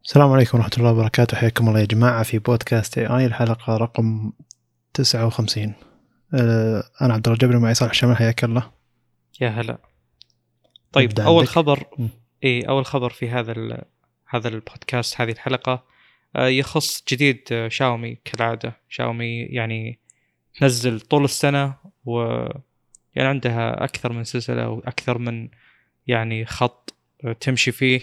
السلام عليكم ورحمة الله وبركاته. حياكم الله يا جماعة في بودكاست AI الحلقة رقم 59. أنا عبد الله جبري، معي صالح شمال. حياك الله. يا هلا. طيب أول خبر في هذا البودكاست، هذه الحلقة يخص جديد شاومي. كالعادة شاومي يعني تنزل طول السنة، و يعني عندها أكثر من سلسلة وأكثر من يعني خط تمشي فيه،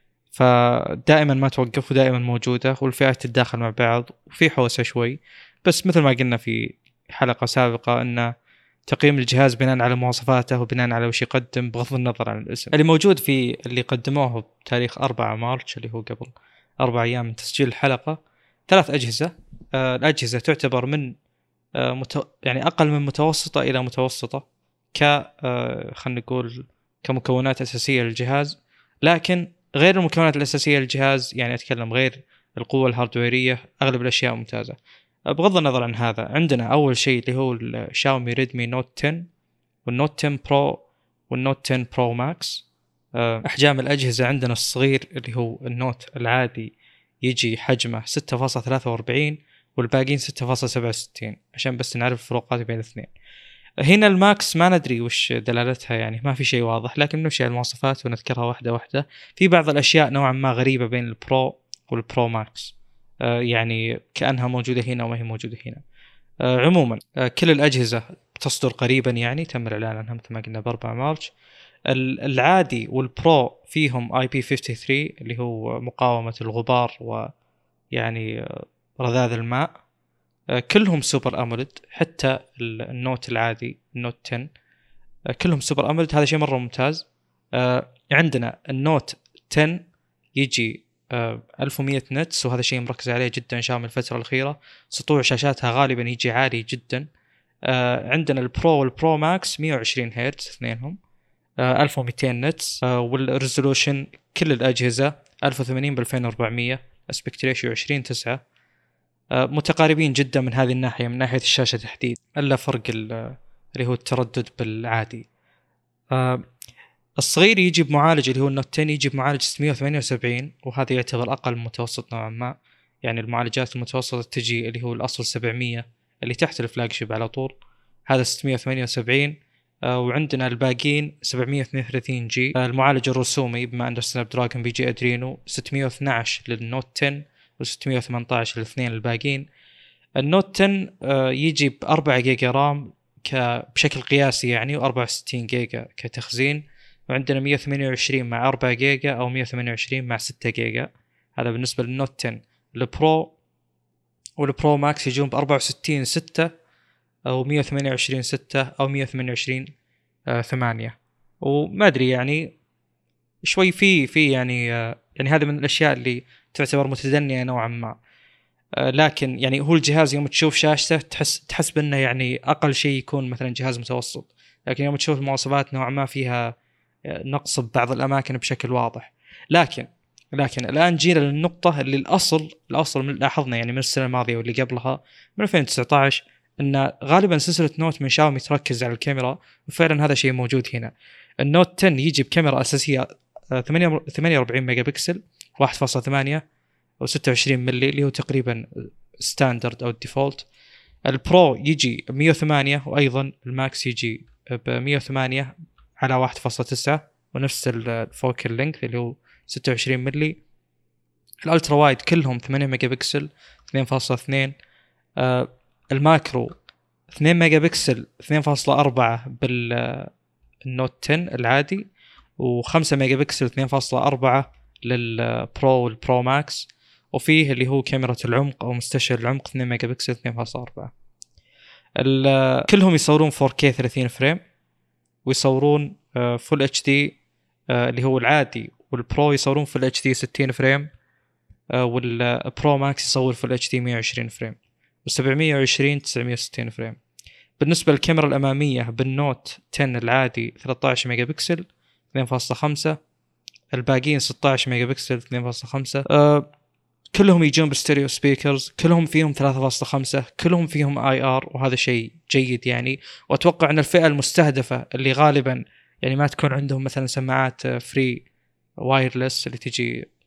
فدائما ما توقف ودائما موجودة، والفئات تتداخل مع بعض وفي حوسة شوي. بس مثل ما قلنا في حلقة سابقة أن تقييم الجهاز بناء على مواصفاته وبناء على وش يقدم بغض النظر عن الاسم. اللي موجود في اللي قدموه بتاريخ 4 مارس اللي هو قبل 4 أيام من تسجيل الحلقة 3 أجهزة. الأجهزة تعتبر من يعني أقل من متوسطة إلى متوسطة خلينا نقول كمكونات أساسية للجهاز، لكن غير المكونات الأساسية للجهاز، يعني أتكلم غير القوة الهاردويرية، أغلب الأشياء ممتازة. بغض النظر عن هذا، عندنا أول شيء اللي هو الشاومي ريدمي نوت 10 والنوت 10 برو والنوت 10 برو ماكس. أحجام الأجهزة عندنا الصغير اللي هو النوت العادي يجي حجمه 6.43 والباقين 6.67، عشان بس نعرف الفروقات بين الاثنين. هنا الماكس ما ندري وش دلالتها، يعني ما في شيء واضح، لكن نمشي على المواصفات ونذكرها واحدة واحدة. في بعض الأشياء نوعا ما غريبة بين البرو والبرو ماكس، يعني كأنها موجودة هنا وما هي موجودة هنا. عموما كل الأجهزة تصدر قريبا، يعني تم الإعلان عنها مثل ما قلنا ب4 مارس. العادي والبرو فيهم IP53 اللي هو مقاومة الغبار ويعني رذاذ الماء. كلهم سوبر أموليد، حتى النوت العادي النوت 10 كلهم سوبر أموليد، هذا شيء مرة ممتاز. عندنا النوت 10 يجي 1100 نتس، وهذا شيء مركز عليه جدا شاومي الفترة الأخيرة. سطوع شاشاتها غالبا يجي عالي جدا. عندنا البرو والبرو ماكس 120 هرتز اثنينهم، 1200 نتس، والريزولوشن كل الأجهزة 1080 ب 2400، اسبكت ريشيو 20:9. متقاربين جدا من هذه الناحية، من ناحية الشاشة تحديد، إلا فرق اللي هو التردد بالعادي. الصغير يجي بمعالج اللي هو النوت 10 يجي بمعالج 678، وهذا يعتبر أقل متوسط نوعا ما. يعني المعالجات المتوسطة تجي اللي هو الأصل 700 اللي تحت الفلاجشيب على طول، هذا 678. وعندنا الباقين 732 جي. المعالج الرسومي بما أن سناب دراجون بيجي أدرينو 612 للنوت 10 و618 للاثنين الباقين. النوت 10 يجي ب4 جيجا رام بشكل قياسي يعني، و64 جيجا كتخزين. وعندنا 128 مع 4 جيجا أو 128 مع 6 جيجا، هذا بالنسبة للنوت 10. البرو والبرو ماكس يجون ب64 6 أو 128 6 أو 128 8. وما أدري يعني شوي في يعني هذا من الأشياء اللي تعتبر متدنية نوعا ما. لكن يعني هو الجهاز يوم تشوف شاشته تحس بأنه يعني أقل شيء يكون مثلا جهاز متوسط، لكن يوم تشوف المواصفات نوعا ما فيها نقص ببعض الأماكن بشكل واضح. لكن الآن جينا للنقطة اللي الأصل من لاحظنا يعني من السنة الماضية واللي قبلها من 2019، أن غالبا سلسلة نوت من شاومي تركز على الكاميرا، وفعلا هذا شيء موجود هنا. النوت 10 يجي بكاميرا أساسية 48 ميجا بكسل 1.8 أو 26 ملي اللي هو تقريبا ستاندرد أو الديفولت. البرو يجي 108، وأيضا الماكس يجي ب 108 على 1.9 ونفس الفوكال لينث اللي هو 26 ملي. الالترا وايد كلهم 8 ميجا بكسل 2.2. الماكرو 2 ميجا بكسل 2.4 بالنوت 10 العادي، و5 ميجا بكسل 2.4 للبرو والبرو ماكس. وفيه اللي هو كاميرا العمق أو مستشعر العمق 2 ميجا بكسل 2.4. كلهم يصورون 4K 30 فريم، ويصورون فول اتش دي اللي هو العادي، والبرو يصورون فول اتش دي 60 فريم، والبرو ماكس يصور فول اتش دي 120 فريم، و720 960 فريم. بالنسبة للكاميرا الأمامية بالنوت 10 العادي 13 ميجا بكسل 2.5، الباقين 16 ميجا بكسل 2.5. كلهم يجون بستيريو سبيكرز، كلهم فيهم 3.5، كلهم فيهم IR، وهذا شيء جيد يعني. وأتوقع أن الفئة المستهدفة اللي غالبا يعني ما تكون عندهم مثلا سماعات فري وايرلس اللي تجي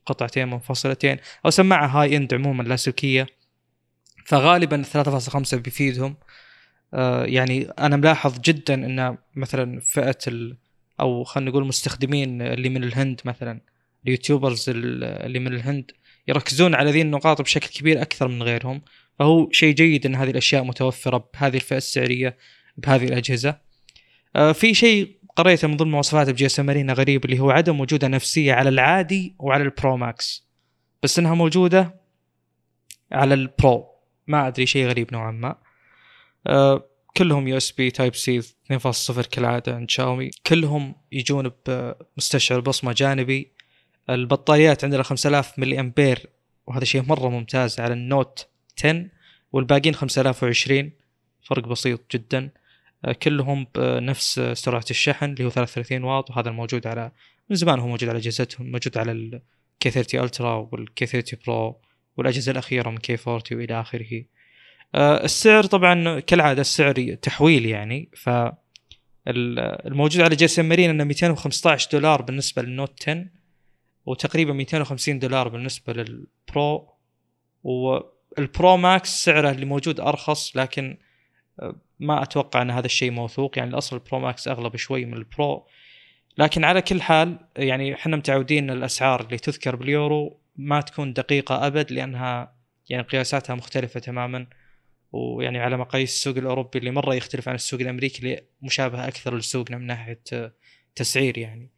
قطعتين منفصلتين أو سماعة هاي إند عموما لاسلكية، فغالبا 3.5 بيفيدهم. يعني أنا ملاحظ جدا أن مثلا فئة أو خلينا نقول مستخدمين اللي من الهند مثلا، اليوتيوبرز اللي من الهند يركزون على ذي النقاط بشكل كبير أكثر من غيرهم، فهو شيء جيد أن هذه الأشياء متوفرة بهذه الفئة السعرية بهذه الأجهزة. في شيء قريته من ضمن مواصفات بجي اس ام ارينا غريب، اللي هو عدم وجودها نفسية على العادي وعلى البرو ماكس، بس انها موجودة على البرو. ما ادري، شيء غريب نوعا ما. كلهم يو اس بي تايب سي 2.0 كالعادة عند شاومي، كلهم يجون بمستشعر بصمة جانبي. البطاريات عندنا 5000 ملي امبير، وهذا شيء مرة ممتاز على النوت 10، والباقين 5020، فرق بسيط جدا. كلهم بنفس سرعة الشحن اللي هو 33 واط، وهذا الموجود على من زمان، هو موجود على أجهزتهم، موجود على ال K30 Ultra وال K30 Pro والأجهزة الأخيرة من K40 وإلى آخره. السعر طبعا كالعادة السعر تحويل يعني، فالموجود على جي ام ارينا انه $215 بالنسبة للنوت 10، وتقريبا $250 بالنسبة للبرو. والبرو ماكس سعره اللي موجود أرخص، لكن ما أتوقع أن هذا الشيء موثوق، يعني الأصل البرو ماكس أغلى بشوي من البرو. لكن على كل حال يعني إحنا متعودين الأسعار اللي تذكر باليورو ما تكون دقيقة أبد، لأنها يعني قياساتها مختلفة تماما، ويعني على مقاييس السوق الأوروبي اللي مرة يختلف عن السوق الأمريكي اللي مشابه أكثر لسوقنا من ناحية تسعير يعني.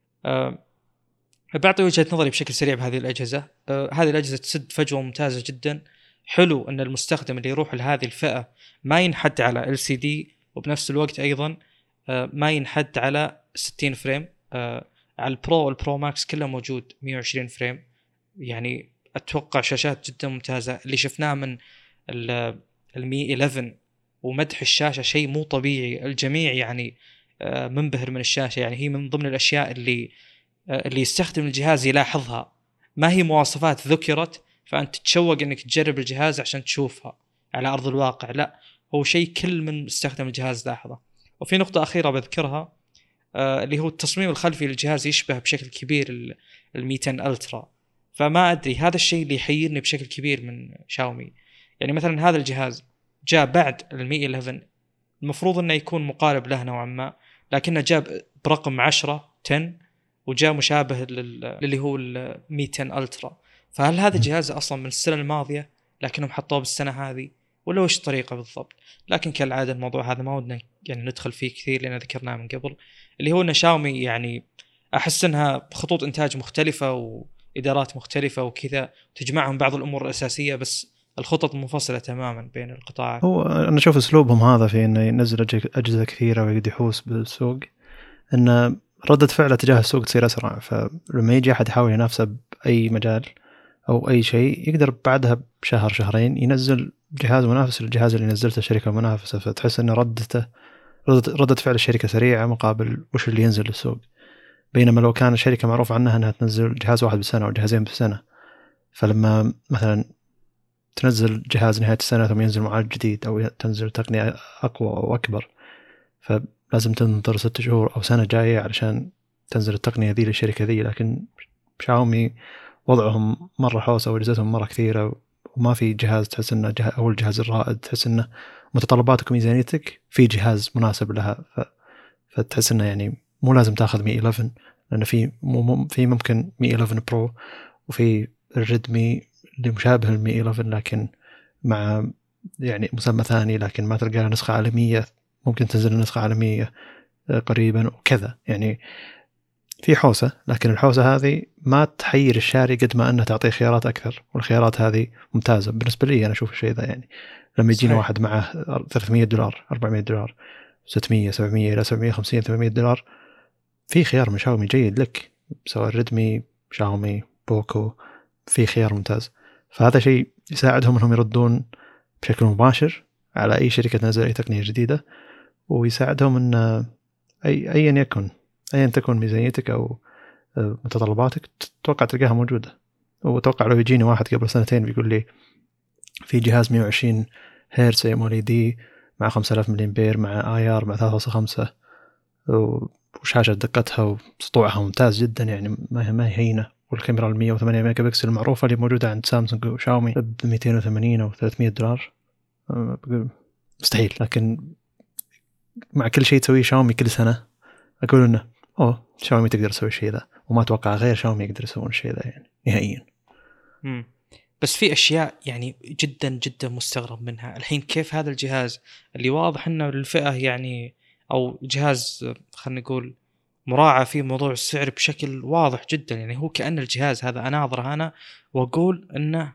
بعطي وجهة نظري بشكل سريع بهذه الأجهزة. هذه الأجهزة تسد فجوة ممتازة جدا. حلو أن المستخدم اللي يروح لهذه الفئة ما ينحد على LCD، وبنفس الوقت أيضا ما ينحد على 60 فريم. على البرو والبرو ماكس كله موجود 120 فريم، يعني أتوقع شاشات جدا ممتازة. اللي شفناه من المي 11 ومدح الشاشة شيء مو طبيعي، الجميع يعني منبهر من الشاشة. يعني هي من ضمن الأشياء اللي يستخدم الجهاز يلاحظها، ما هي مواصفات ذكرت فأنت تتشوق أنك تجرب الجهاز عشان تشوفها على أرض الواقع، لا، هو شيء كل من استخدم الجهاز لاحظه. وفي نقطة أخيرة بذكرها، اللي هو التصميم الخلفي للجهاز يشبه بشكل كبير المي 10 ألترا، فما أدري، هذا الشيء اللي يحيرني بشكل كبير من شاومي. يعني مثلا هذا الجهاز جاء بعد المي 11، المفروض أنه يكون مقارب له نوعا ما، لكنه جاء برقم 10 وجاء مشابه اللي هو المي 10 ألترا. فهل هذا الجهاز أصلا من السنة الماضية لكنهم حطوه بالسنة هذه، ولا وش الطريقة بالضبط؟ لكن كالعادة الموضوع هذا ما ودنا يعني ندخل فيه كثير، لأن ذكرناه من قبل، اللي هو أن شاومي يعني أحس أنها خطوط إنتاج مختلفة وإدارات مختلفة وكذا تجمعهم بعض الأمور الأساسية، بس الخطط منفصلة تماما بين القطاعات. هو أنا أشوف أسلوبهم هذا في إنه ينزل أجهزة كثيرة ويقدر يحوس بالسوق، إن ردة فعله تجاه السوق تصير أسرع، فلما يجي أحد يحاول ينافسه بأي مجال أو أي شيء يقدر بعدها بشهر شهرين ينزل جهاز منافس للجهاز اللي نزلته الشركة المنافسة، فتحس إن ردة فعل الشركة سريعة مقابل وش اللي ينزل للسوق. بينما لو كان الشركة معروف عنها أنها تنزل جهاز واحد بالسنة أو جهازين بالسنة، فلما مثلا تنزل جهاز نهاية السنة ثم ينزل معالج جديد أو تنزل تقنية أقوى أو أكبر، فلازم تنتظر 6 شهور أو سنة جاية علشان تنزل التقنية ذي للشركة ذي. لكن شاومي وضعهم مرة حوسة وأجهزتهم مرة كثيرة، وما في جهاز تحس إنه هو الجهاز الرائد، تحس إنه متطلباتك وميزانيتك في جهاز مناسب لها. فتحس إنه يعني مو لازم تأخذ مي 11، لأن في ممكن مي 11 برو وفي الريدمي اللي مشابه للمي 11 لكن مع يعني مسمى ثاني، لكن ما تلقى نسخة عالمية، ممكن تنزل نسخة عالمية قريبا وكذا. يعني في حوسة، لكن الحوسة هذه ما تحير الشاري قد ما أنها تعطيه خيارات أكثر، والخيارات هذه ممتازة بالنسبة لي. أنا أشوف الشيء ذا يعني لما يجينا واحد معه $300 $400 600 700 إلى 750 $800 في خيار من شاومي جيد لك، سواء ريدمي شاومي بوكو، في خيار ممتاز. فهذا شيء يساعدهم أنهم يردون بشكل مباشر على أي شركة تنزل أي تقنية جديدة، ويساعدهم أن أيا تكن ميزانيتك أو متطلباتك تتوقع تلقاها موجودة. وتوقع لو يجيني واحد قبل 2 بيقول لي في جهاز 120 هرتز AMOLED مع 5000 ملي أمبير مع IR مع 3.5 وشاشة دقتها وسطوعها ممتاز جدا، يعني ما هي هينة والكاميرا 108 ميجا بكسل المعروفة اللي موجودة عند سامسونج وشاومي ب 280 أو $300 مستحيل. لكن مع كل شيء تسويه شاومي كل سنة أقول إنه شاومي تقدر تسوي الشيء ذا، وما أتوقع غير شاومي يقدر يسوون الشيء ذا يعني نهائيا. بس في أشياء يعني جدا جدا مستغرب منها الحين. كيف هذا الجهاز اللي واضح إنه للفئة يعني، أو جهاز خلنا نقول مراعى فيه موضوع السعر بشكل واضح جدا، يعني هو كأن الجهاز هذا أناظره أنا وأقول إنه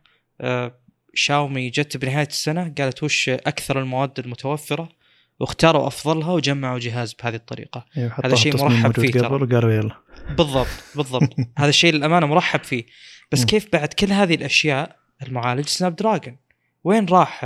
شاومي جت بنهاية السنة قالت وش أكثر المواد المتوفرة واختاروا أفضلها وجمعوا جهاز بهذه الطريقة. هذا شيء مرحب فيه ترى. بالضبط هذا الشيء للأمانة مرحب فيه. بس كيف بعد كل هذه الأشياء المعالج سناب دراجون وين راح؟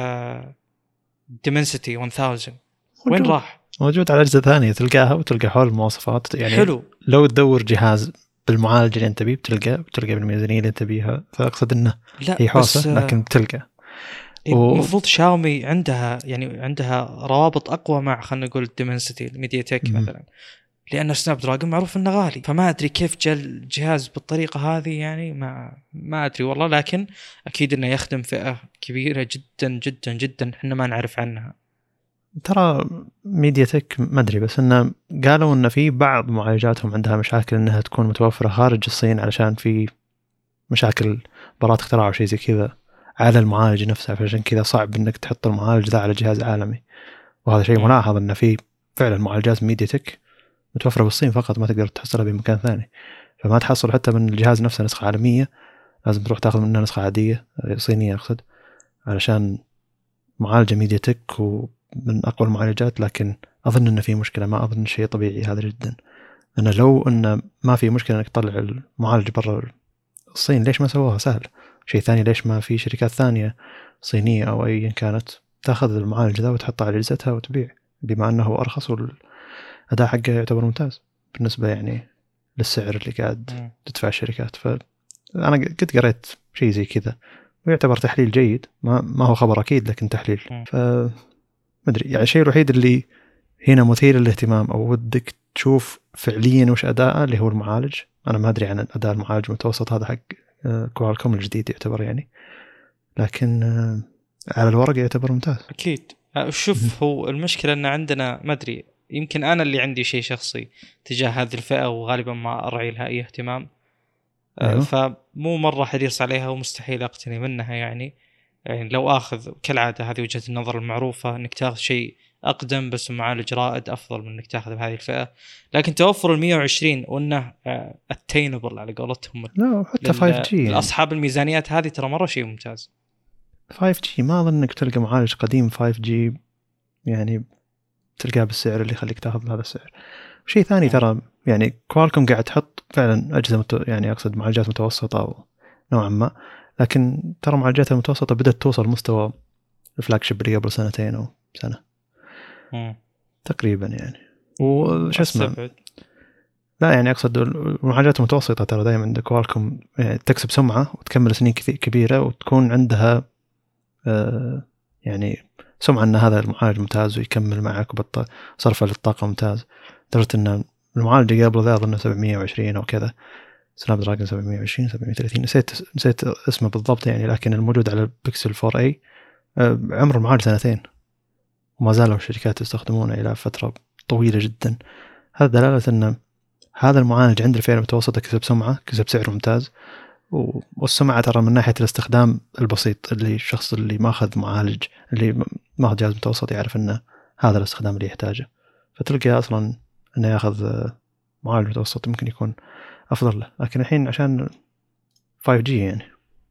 ديمنسيتي 1000 وين راح؟ موجود على أجهزة ثانية تلقاها وتلقى حول المواصفات يعني. حلو. لو تدور جهاز بالمعالج اللي أنت بيه بتلقى بالميزانية اللي أنت بيها. فأقصد إنه هي حوسة لكن بتلقى. المفروض شاومي عندها روابط أقوى مع خلنا نقول ديمنسيتي الميديا تك مثلا، لأن سناب دراجون معروف إنه غالي. فما أدري كيف جاء الجهاز بالطريقة هذه يعني، ما أدري والله. لكن أكيد إنه يخدم فئة كبيرة جدا جدا جدا إحنا ما نعرف عنها. ترى ميديا تك ما أدري، بس إنه قالوا إن في بعض معالجاتهم عندها مشاكل إنها تكون متوفرة خارج الصين علشان في مشاكل براءة اختراع أو شيء زي كذا على المعالج نفسه، فعشان كذا صعب إنك تحط المعالج ذا على جهاز عالمي. وهذا شيء ملاحظ إنه في فعلا معالجات ميديا تك متوفرة بالصين فقط، ما تقدر تحصلها بمكان ثاني. فما تحصل حتى من الجهاز نفسه نسخة عالمية، لازم تروح تاخذ منها نسخة عادية صينية أقصد، علشان معالجة ميديا تك ومن أقوى المعالجات. لكن أظن إن في مشكلة، ما أظن شيء طبيعي هذا جدا. أنا لو إن ما في مشكلة إنك تطلع المعالج برا الصين ليش ما سووها سهل؟ شيء ثاني، ليش ما في شركات ثانية صينية أو أي كانت تأخذ المعالج ذا وتحطه على أجهزتها وتبيع، بما أنه أرخص والأداء حقه يعتبر ممتاز بالنسبة يعني للسعر اللي قاعد تدفع الشركات. فأنا قد قريت شيء زي كذا ويعتبر تحليل جيد، ما هو خبر أكيد لكن تحليل. فما أدري يعني الشيء الوحيد اللي هنا مثير للاهتمام أو ودك تشوف فعليا وش أداءه اللي هو المعالج. أنا ما أدري عن أداء المعالج المتوسط هذا حق كوالكوم الجديد يعتبر يعني، لكن على الورق يعتبر ممتاز أكيد. شوف هو المشكلة أن عندنا ما أدري، يمكن أنا اللي عندي شيء شخصي تجاه هذه الفئة وغالبا ما أرعي لها أي اهتمام. فمو مرة حريص عليها ومستحيل أقتني منها يعني لو أخذ كالعادة هذه وجهة النظر المعروفة أنك تأخذ شيء أقدم بس معالج رائد أفضل من أنك تأخذ بهذه الفئة. لكن توفر 120 وأنه attainable على قولتهم حتى 5G يعني. لأصحاب الميزانيات هذه ترى مرة شيء ممتاز. 5G ما أظن أنك تلقى معالج قديم 5G يعني تلقاه بالسعر اللي يخليك تأخذ هذا السعر. شيء ثاني ترى يعني كوالكوم قاعد تحط فعلا أجهزة يعني أقصد معالجات متوسطة نوعا ما، لكن ترى معالجاتها المتوسطة بدأت توصل مستوى الفلاجشيب اللي قبل سنتين أو سنة تقريبا يعني. وش اسمه لا يعني أقصد المعالجات المتوسطة ترى دائما عند كوالكوم يعني تكسب سمعة وتكمل سنين كبيرة وتكون عندها يعني سمعة أن هذا المعالج ممتاز ويكمل معك صرفه للطاقة ممتاز. درت أن المعالج اللي قبله ذا أظن 720 أو كذا، سناب دراجون 720 730 نسيت اسمه بالضبط يعني، لكن الموجود على البيكسل 4A عمر المعالج 2 وما زالوا الشركات يستخدمونه إلى فترة طويلة جدا. هذا دلالة أن هذا المعالج عند الفئة المتوسطة كسب سمعة، كسب سعر ممتاز. والسمعة ترى من ناحية الاستخدام البسيط اللي الشخص اللي ما أخذ معالج اللي ما أخذ جهاز متوسط يعرف أنه هذا الاستخدام اللي يحتاجه، فتلقى أصلا أنه يأخذ معالج متوسط ممكن يكون أفضل له. لكن الحين عشان 5G يعني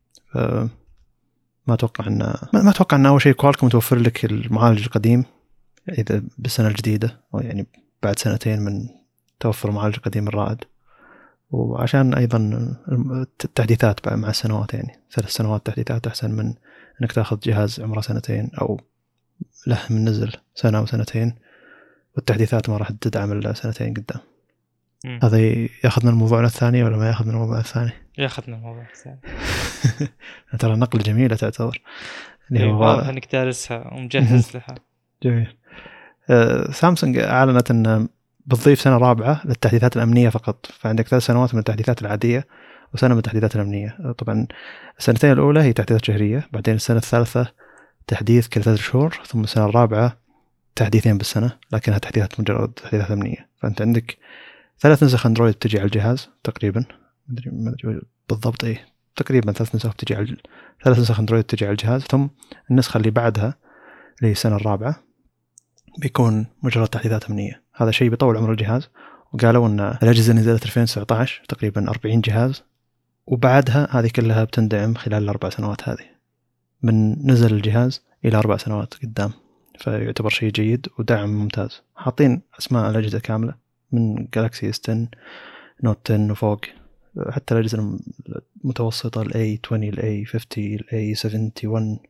ما أتوقع أن أول شيء كوالكوم متوفر لك المعالج القديم إذا بالسنة الجديدة أو يعني بعد سنتين من توفر المعالج القديم الرائد، وعشان أيضا التحديثات مع السنوات يعني 3 سنوات تحديثات أحسن من أنك تأخذ جهاز عمره 2 أو له من نزل 1 أو 2 والتحديثات ما راح تدعم إلا 2 قدام. هذا ياخذنا الموضوع الثاني ولا ما ياخذنا الموضوع الثاني؟ ياخذنا الموضوع الثاني. ترى نقلة جميلة تعتبر اللي هو أنك دارسها ومجهز لها. جميل. سامسونج أعلنت أن بتضيف سنة رابعة للتحديثات الأمنية فقط، فعندك 3 سنوات من التحديثات العادية وسنة من التحديثات الأمنية. طبعا السنتين الأولى هي تحديثات شهرية، بعدين السنة الثالثة تحديث كل 3 شهور، ثم السنة الرابعة تحديثين بالسنة لكنها تحديثات مجرد تحديثات أمنية. فأنت عندك 3 نسخ أندرويد بتجي على الجهاز تقريبا، ما أدري بالضبط إيه، تقريبا 3 نسخ بتجي على 3 نسخ أندرويد بتجي على الجهاز، ثم النسخة اللي بعدها اللي هي السنة الرابعة بيكون مجرد تحديثات أمنية. هذا شيء بيطول عمر الجهاز. وقالوا أن الأجهزة نزلت 2019 تقريبا 40 جهاز، وبعدها هذه كلها بتندعم خلال ال4 سنوات هذه، من نزل الجهاز إلى 4 سنوات قدام. فيعتبر شيء جيد ودعم ممتاز. حاطين أسماء الأجهزة كاملة من جالاكسي S10 نوت 10 وفوق، حتى الأجهزة المتوسطة ال A20 ال A50 ال A71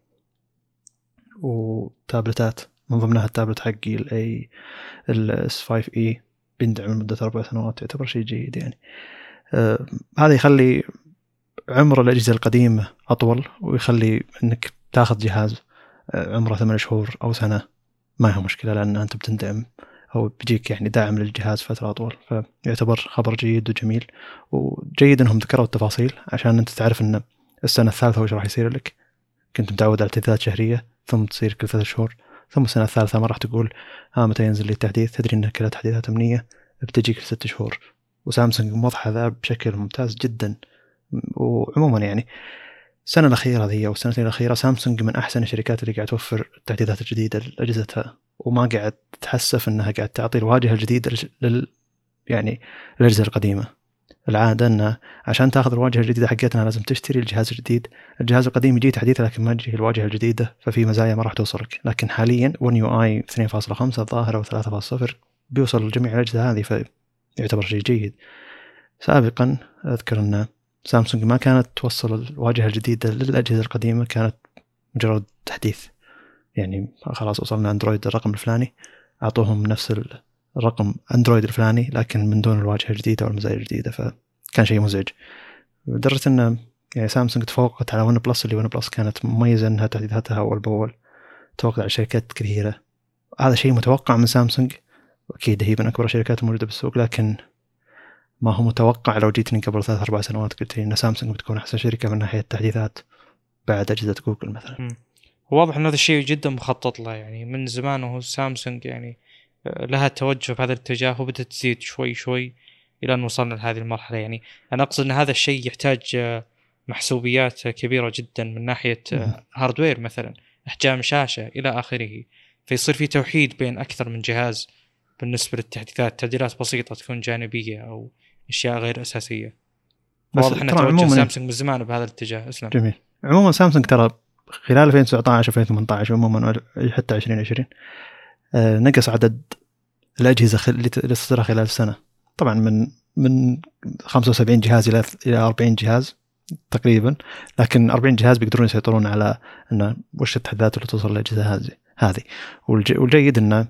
وتابلتات، من ضمنها التابلت حقي ال S5e بيندعم لمدة 4 سنوات. يعتبر شيء جيد يعني. هذا يخلي عمر الأجهزة القديمة أطول، ويخلي أنك تاخذ جهاز عمره 8 شهور أو سنة ما هي مشكلة، لأن أنت بتندعم أو بيجيك يعني داعم للجهاز فترة أطول. فيعتبر خبر جيد وجميل، وجيد أنهم ذكروا التفاصيل عشان أنت تعرف أن السنة الثالثة وش راح يصير لك. كنت متعود على تحديثات شهرية ثم تصير كل 3 شهور، ثم السنة الثالثة ما راح تقول متى ينزل لي التحديث، تدري أنها كلها تحديثات أمنية بتجي كل 6 شهور. وسامسونج موضحة ذا بشكل ممتاز جدا. وعموما يعني السنة الأخيرة ذي أو السنتين الأخيرة سامسونج من أحسن الشركات اللي قاعد توفر التحديثات الجديدة لأجهزتها، وما قاعد تحسف أنها قاعد تعطي الواجهة الجديدة يعني الأجهزة القديمة. العادة أنه عشان تأخذ الواجهة الجديدة حقتنا لازم تشتري الجهاز الجديد. الجهاز القديم يجي تحديث لكن ما تجي الواجهة الجديدة، ففي مزايا ما راح توصلك. لكن حاليا One UI 2.5 الظاهرة و3.0 بيوصل لجميع الأجهزة هذه، فيعتبر شيء جيد. سابقا أذكر أن سامسونج ما كانت توصل الواجهة الجديدة للأجهزة القديمة، كانت مجرد تحديث. يعني خلاص وصلنا أندرويد الرقم الفلاني، أعطوهم نفس الرقم أندرويد الفلاني لكن من دون الواجهة الجديدة والمزايا الجديدة، فكان شيء مزعج. لدرجة أن يعني سامسونج تفوقت على ون بلس، اللي ون بلس كانت مميزة أنها تحديثاتها أول بأول، تفوقت على شركات كثيرة. هذا شيء متوقع من سامسونج، وأكيد هي من أكبر الشركات الموجودة بالسوق، لكن ما هو متوقع لو جيتني قبل 3-4 سنوات قلت لي أن سامسونج بتكون أحسن شركة من ناحية التحديثات بعد أجهزة جوجل مثلا. واضح أن هذا الشيء جدا مخطط له، يعني من زمان وهو سامسونج يعني لها توجه في هذا الاتجاه، وبدأت تزيد شوي شوي إلى أن وصلنا لهذه المرحلة. يعني أنا أقصد أن هذا الشيء يحتاج محسوبيات كبيرة جدا من ناحية هاردوير، مثلا أحجام شاشة إلى آخره، فيصير في توحيد بين أكثر من جهاز بالنسبة للتحديثات. تعديلات بسيطة تكون جانبية أو أشياء غير أساسية. واضح أن توجه سامسونج من زمان بهذا الاتجاه. أسلم. جميل. عموما سامسونج ترى خلال 2019 2018 عموما حتى 2020 نقص عدد الأجهزة اللي تصدرها خلال السنة، طبعا من 75 جهاز إلى 40 جهاز تقريبا، لكن 40 جهاز بيقدرون يسيطرون على أن وش التحديثات اللي توصل للأجهزة هذه. والجيد أن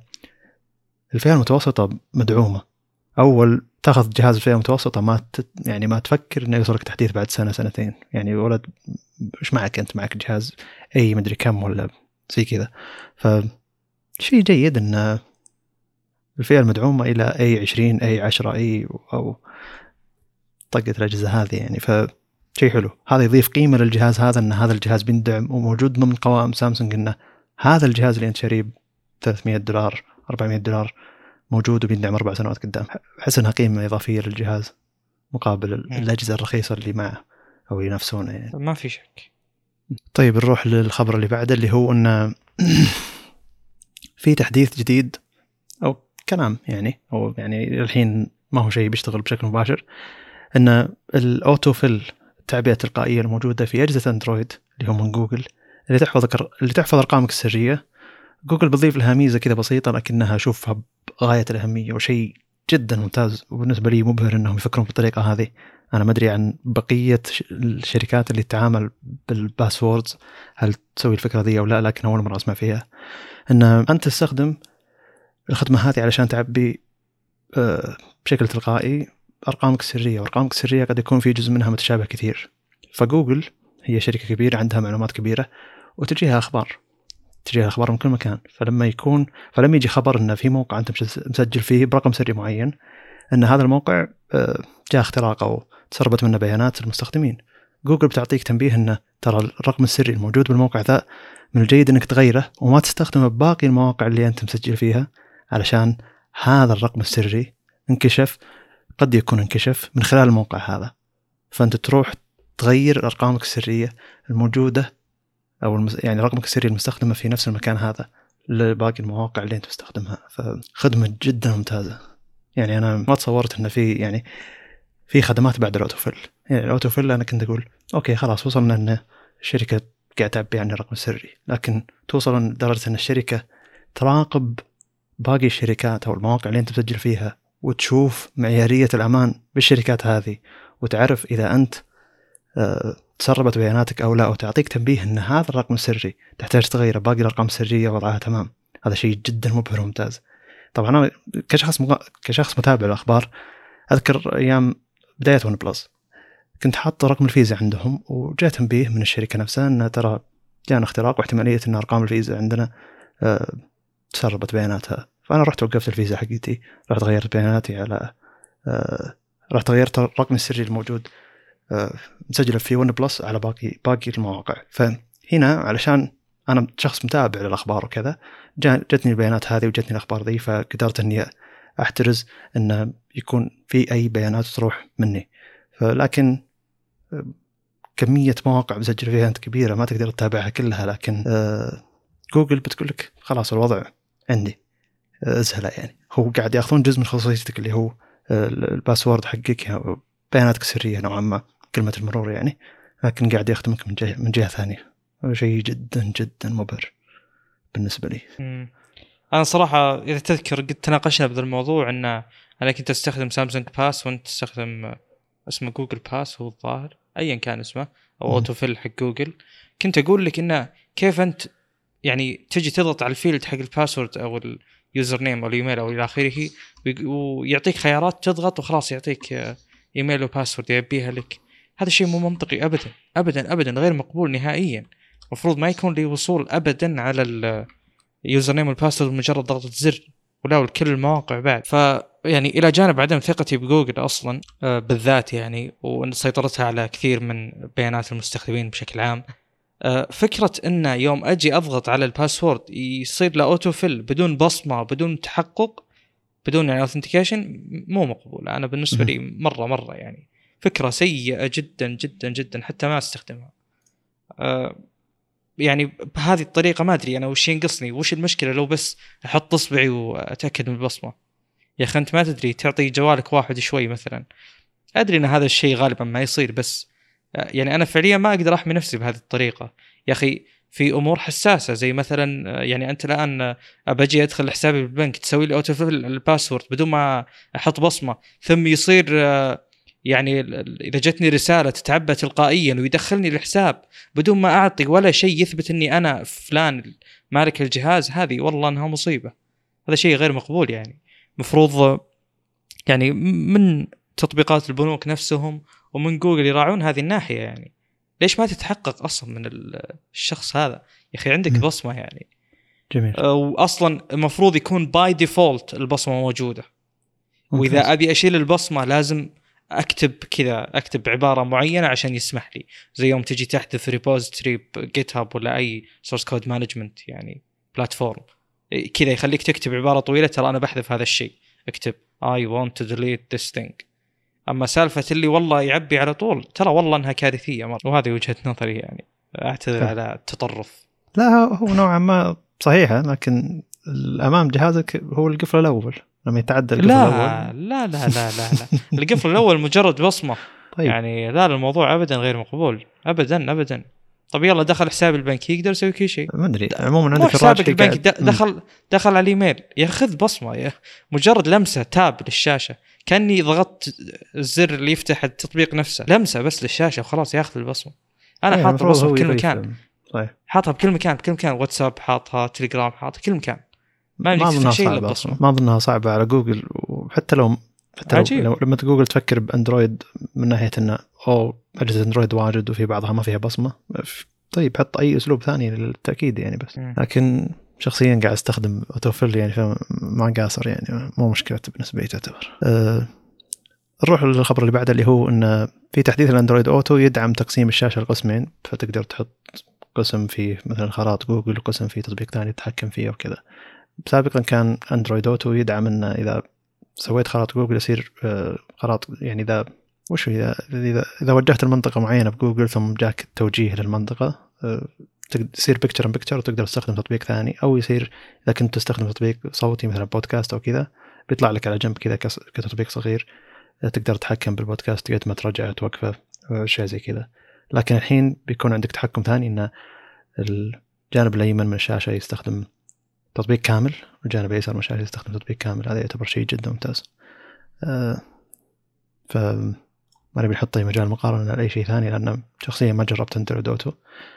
الفئة المتوسطة مدعومة. أول تأخذ جهاز الفئة المتوسطة ما تفكر إنه يوصلك تحديث بعد سنة سنتين. يعني ولد إيش معك أنت؟ معك جهاز أي مدري كم ولا زي كذا. فشيء جيد إن الفئة المدعومة إلى A20 A10 أو طقة الأجهزة هذه يعني، فشيء حلو. هذا يضيف قيمة للجهاز هذا، إن هذا الجهاز بيندعم وموجود ضمن قوائم سامسونج، إنه هذا الجهاز اللي أنت شاريه $300 $400 موجود وبيندعم 4 سنوات قدام. أحس إنها قيمة إضافية للجهاز مقابل الأجهزة الرخيصة اللي معه أو ينافسونه يعني. ما في شك. طيب نروح للخبر اللي بعده، اللي هو إن في تحديث جديد أو كلام يعني، أو يعني الحين ما هو شيء بيشتغل بشكل مباشر، إن الأوتو فيل التعبئة التلقائية الموجودة في أجهزة أندرويد اللي هم من جوجل، اللي تحفظ أرقامك السرية، جوجل بتضيف لها ميزة كذا بسيطة لكنها أشوفها بغاية الأهمية وشيء جدا ممتاز، وبالنسبة لي مبهر إنهم يفكرون بالطريقة هذه. أنا ما أدري عن بقية الشركات اللي تتعامل بالباسوردز هل تسوي الفكرة دي أو لا، لكن أول مرة أسمع فيها. إن أنت تستخدم الخدمة هذه علشان تعبي بشكل تلقائي أرقامك السرية، وأرقامك السرية قد يكون في جزء منها متشابه كثير. فجوجل هي شركة كبيرة عندها معلومات كبيرة وتجيها أخبار من كل مكان. فلما يجي خبر إن في موقع أنت مسجل فيه برقم سري معين، أن هذا الموقع جاء اختراق أو تسربت منه بيانات المستخدمين. جوجل بتعطيك تنبيه أنه ترى الرقم السري الموجود بالموقع ذا من الجيد أنك تغيره وما تستخدمه بباقي المواقع اللي أنت مسجل فيها، علشان هذا الرقم السري انكشف، قد يكون انكشف من خلال الموقع هذا. فأنت تروح تغير أرقامك السرية الموجودة أو يعني رقمك السري المستخدمة في نفس المكان هذا لباقي المواقع اللي أنت تستخدمها. فخدمة جدا ممتازة. يعني أنا ما تصورت إن في خدمات بعد الأوتوفيل. يعني الأوتوفيل أنا كنت أقول أوكي خلاص وصلنا إن الشركة قاعدة تعبي عن الرقم السري، لكن توصل لدرجة إن الشركة تراقب باقي الشركات أو المواقع اللي أنت تسجل فيها وتشوف معيارية الأمان بالشركات هذه، وتعرف إذا أنت تسربت بياناتك أو لا، وتعطيك تنبيه إن هذا الرقم السري تحتاج تغيره، باقي الأرقام السرية وضعها تمام. هذا شيء جدا مبهر وممتاز. طبعا أنا كشخص متابع الأخبار أذكر أيام بداية ون بلس كنت حاط رقم الفيزا عندهم، وجاء تنبيه من الشركة نفسها أن ترى جاءنا اختراق واحتمالية أن أرقام الفيزا عندنا تسربت بياناتها. فأنا رحت وقفت الفيزا حقتي، رحت غيرت بياناتي على رحت غيرت الرقم السري الموجود مسجل في ون بلس على باقي المواقع. فهنا علشان أنا شخص متابع للأخبار وكذا جتني البيانات هذه وجتني الأخبار ذي، فقدرت أني أحترز أن يكون في أي بيانات تروح مني. لكن كمية مواقع مسجل فيها أنت كبيرة ما تقدر تتابعها كلها، لكن جوجل بتقول لك خلاص الوضع عندي أسهل. يعني هو قاعد يأخذون جزء من خصوصيتك اللي هو الباسورد حقك، بياناتك السرية نوعا ما، كلمة المرور يعني، لكن قاعد يخدمك من جهة ثانية. شيء جدا جدا مبهر بالنسبة لي. أنا صراحة إذا تذكر قد تناقشنا بهذا الموضوع أن أنا كنت أستخدم سامسونج باس وأنت تستخدم اسمه جوجل باس، هو الظاهر أيا كان اسمه، أو أوتوفيل حق جوجل. كنت أقول لك إنه كيف أنت يعني تجي تضغط على الفيلد حق الباسورد أو اليوزر نيم أو الإيميل أو إلى آخره، ويعطيك خيارات تضغط وخلاص يعطيك إيميل وباسورد يبيها لك. هذا الشيء مو منطقي أبدا أبدا أبدا، غير مقبول نهائيا. مفروض ما يكون لي وصول أبدا على اليوزر نيم والباسورد مجرد ضغطة زر، ولا كل المواقع بعد. يعني إلى جانب عدم ثقتي بجوجل أصلا بالذات يعني، وسيطرتها على كثير من بيانات المستخدمين بشكل عام، فكرة إن يوم أجي أضغط على الباسورد يصير له أوتوفيل بدون بصمة بدون تحقق بدون يعني authentication، مو مقبولة. أنا بالنسبة لي مرة يعني فكرة سيئة جدا جدا جدا، حتى ما استخدمها. يعني بهذه الطريقة ما أدري أنا وش ينقصني، وش المشكلة لو بس أحط إصبعي وأتأكد من البصمة. يا أخي أنت ما تدري تعطي جوالك واحد شوي مثلا. أدري أن هذا الشيء غالبا ما يصير، بس يعني أنا فعليا ما أقدر أحمي نفسي بهذه الطريقة. يا أخي في أمور حساسة زي مثلا يعني أنت الآن أبجي أدخل حسابي بالبنك تسوي لي أوتوفيل الباسورد بدون ما أحط بصمة، ثم يصير يعني إذا جتني رسالة تتعبى تلقائيا ويدخلني الحساب بدون ما أعطي ولا شيء يثبت أني أنا فلان مالك الجهاز، هذه والله أنها مصيبة. هذا شيء غير مقبول. يعني مفروض يعني من تطبيقات البنوك نفسهم ومن جوجل يراعون هذه الناحية. يعني ليش ما تتحقق أصلا من الشخص هذا؟ يا أخي عندك بصمة يعني. جميل. وأصلا المفروض يكون باي ديفولت البصمة موجودة، وإذا أبي أشيل البصمة لازم أكتب عبارة معينة عشان يسمح لي، زي يوم تجي تحذف ريبوزيتوري جيت هاب ولا أي سورس كود مانجمنت يعني بلاتفورم كذا، يخليك تكتب عبارة طويلة ترى أنا بحذف هذا الشيء، اكتب I want to delete this thing. أما سالفة اللي والله يعبي على طول ترى والله أنها كارثية مرة، وهذه وجهة نظري يعني. أعتذر على التطرف. لا هو نوعا ما صحيحة، لكن الأمام جهازك هو القفل الأول لما يتعدى القفل الأول. لا القفل الأول مجرد بصمة. طيب. يعني لا الموضوع أبدا غير مقبول أبدا. طب يلا دخل حساب البنك يقدر يسوي كل شيء. ما أدري عموما عندك حساب البنك دخل على الإيميل ياخذ بصمة مجرد لمسة تاب للشاشة، كأني ضغطت الزر اللي يفتح التطبيق نفسه، لمسة بس للشاشة وخلاص ياخذ البصمة. أنا حاطة بصمة بكل مكان. صحيح. حاطها بكل مكان واتساب حاطها، تليجرام حاطها، كل مكان. ما أظنها صعبة على جوجل. وحتى لو لما جوجل تفكر بأندرويد من ناحية إنه أجهزة أندرويد واجد وفي بعضها ما فيها بصمة، طيب حط أي أسلوب ثاني للتأكيد يعني. بس لكن شخصيا قاعد استخدم أوتوفيل يعني، فما قاصر يعني، مو مشكلة بالنسبة لي تعتبر. نروح للخبر اللي بعده اللي هو إن في تحديث الأندرويد أوتو يدعم تقسيم الشاشة لقسمين، فتقدر تحط قسم فيه مثلا خرائط جوجل وقسم فيه تطبيق ثاني تتحكم فيه وكذا. سابقا كان أندرويد أوتو يدعم إن إذا سويت خرائط جوجل يصير خرائط، يعني إذا وجهت المنطقة معينة بجوجل ثم جاك التوجيه للمنطقة يصير بيكتشر ان بيكتشر وتقدر تستخدم تطبيق ثاني، او يصير اذا كنت تستخدم تطبيق صوتي مثلا بودكاست او كذا بيطلع لك على جنب كذا كتطبيق صغير تقدر تتحكم بالبودكاست قد ما ترجع توقفه شيء زي كذا. لكن الحين بيكون عندك تحكم ثاني ان الجانب الايمن من الشاشه يستخدم تطبيق كامل والجانب الايسر من الشاشه يستخدم تطبيق كامل. هذا يعتبر شيء جدا ممتاز. فما نبي نحط اي مجال مقارنه لاي شيء ثاني، لان شخصيا ما جربت اندرويد اوتو.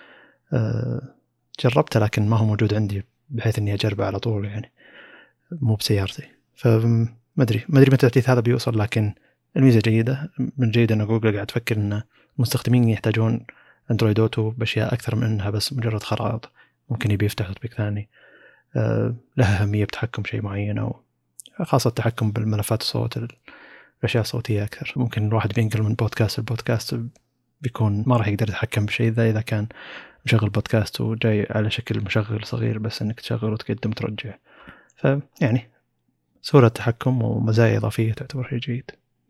جربته لكن ما هو موجود عندي بحيث اني اجربه على طول، يعني مو بسيارتي. فما ادري متى التحديث هذا بيوصل، لكن الميزه جيده. من جيد ان جوجل قاعد تفكر ان المستخدمين يحتاجون اندرويد اوتو باشياء اكثر من انها بس مجرد خرائط. ممكن يبي يفتح تطبيق ثاني لها اهميه بتحكم شيء معين، او خاصه التحكم بالملفات الصوت، الاشياء الصوتيه اكثر. ممكن الواحد بينقل من بودكاست البودكاست بيكون ما راح يقدر يتحكم بشيء ذا اذا كان مشغل بودكاست وجاي على شكل مشغل صغير بس انك تشغل وتقدم وترجع. فيعني سهولة التحكم ومزايا إضافية تعتبر شيء جيد.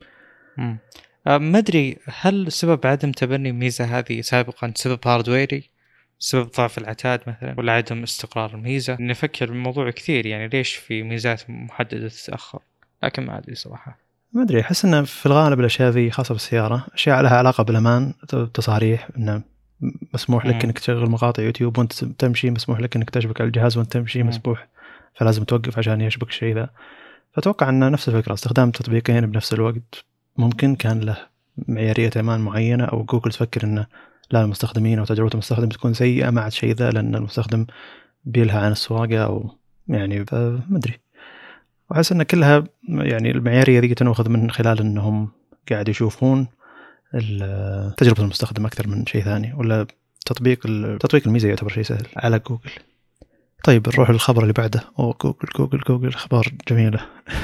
ما أدري هل سبب عدم تبني الميزة هذه سابقا سبب هاردويري، سبب ضعف العتاد مثلا، ولا عدم استقرار الميزة؟ نفكر بالموضوع كثير، يعني ليش في ميزات محددة تتأخر، لكن ما أدري صراحة. ما أدري، أحس إنه في الغالب الأشياء ذي خاصة بالسيارة أشياء لها علاقة بالأمان، تصاريح إنه مسموح لك إنك تشغل مقاطع يوتيوب وأنت تمشي، مسموح لك إنك تشبك على الجهاز وأنت تمشي، مسموح فلازم توقف عشان يشبك الشيء ذا. فأتوقع أن نفس الفكرة، استخدام تطبيقين بنفس الوقت ممكن كان له معيارية أمان معينة، أو جوجل تفكر إنه لا المستخدمين أو تجربة المستخدم تكون سيئة مع الشيء ذا لأن المستخدم بيلها عن السواقة، أو يعني ما أدري. وأحس أن كلها يعني المعيارية ذي تنأخذ من خلال أنهم قاعد يشوفون تجربة المستخدم أكثر من شيء ثاني، ولا تطبيق الميزة يعتبر شيء سهل على جوجل. طيب نروح للخبر اللي بعده. جوجل أخبار جميلة.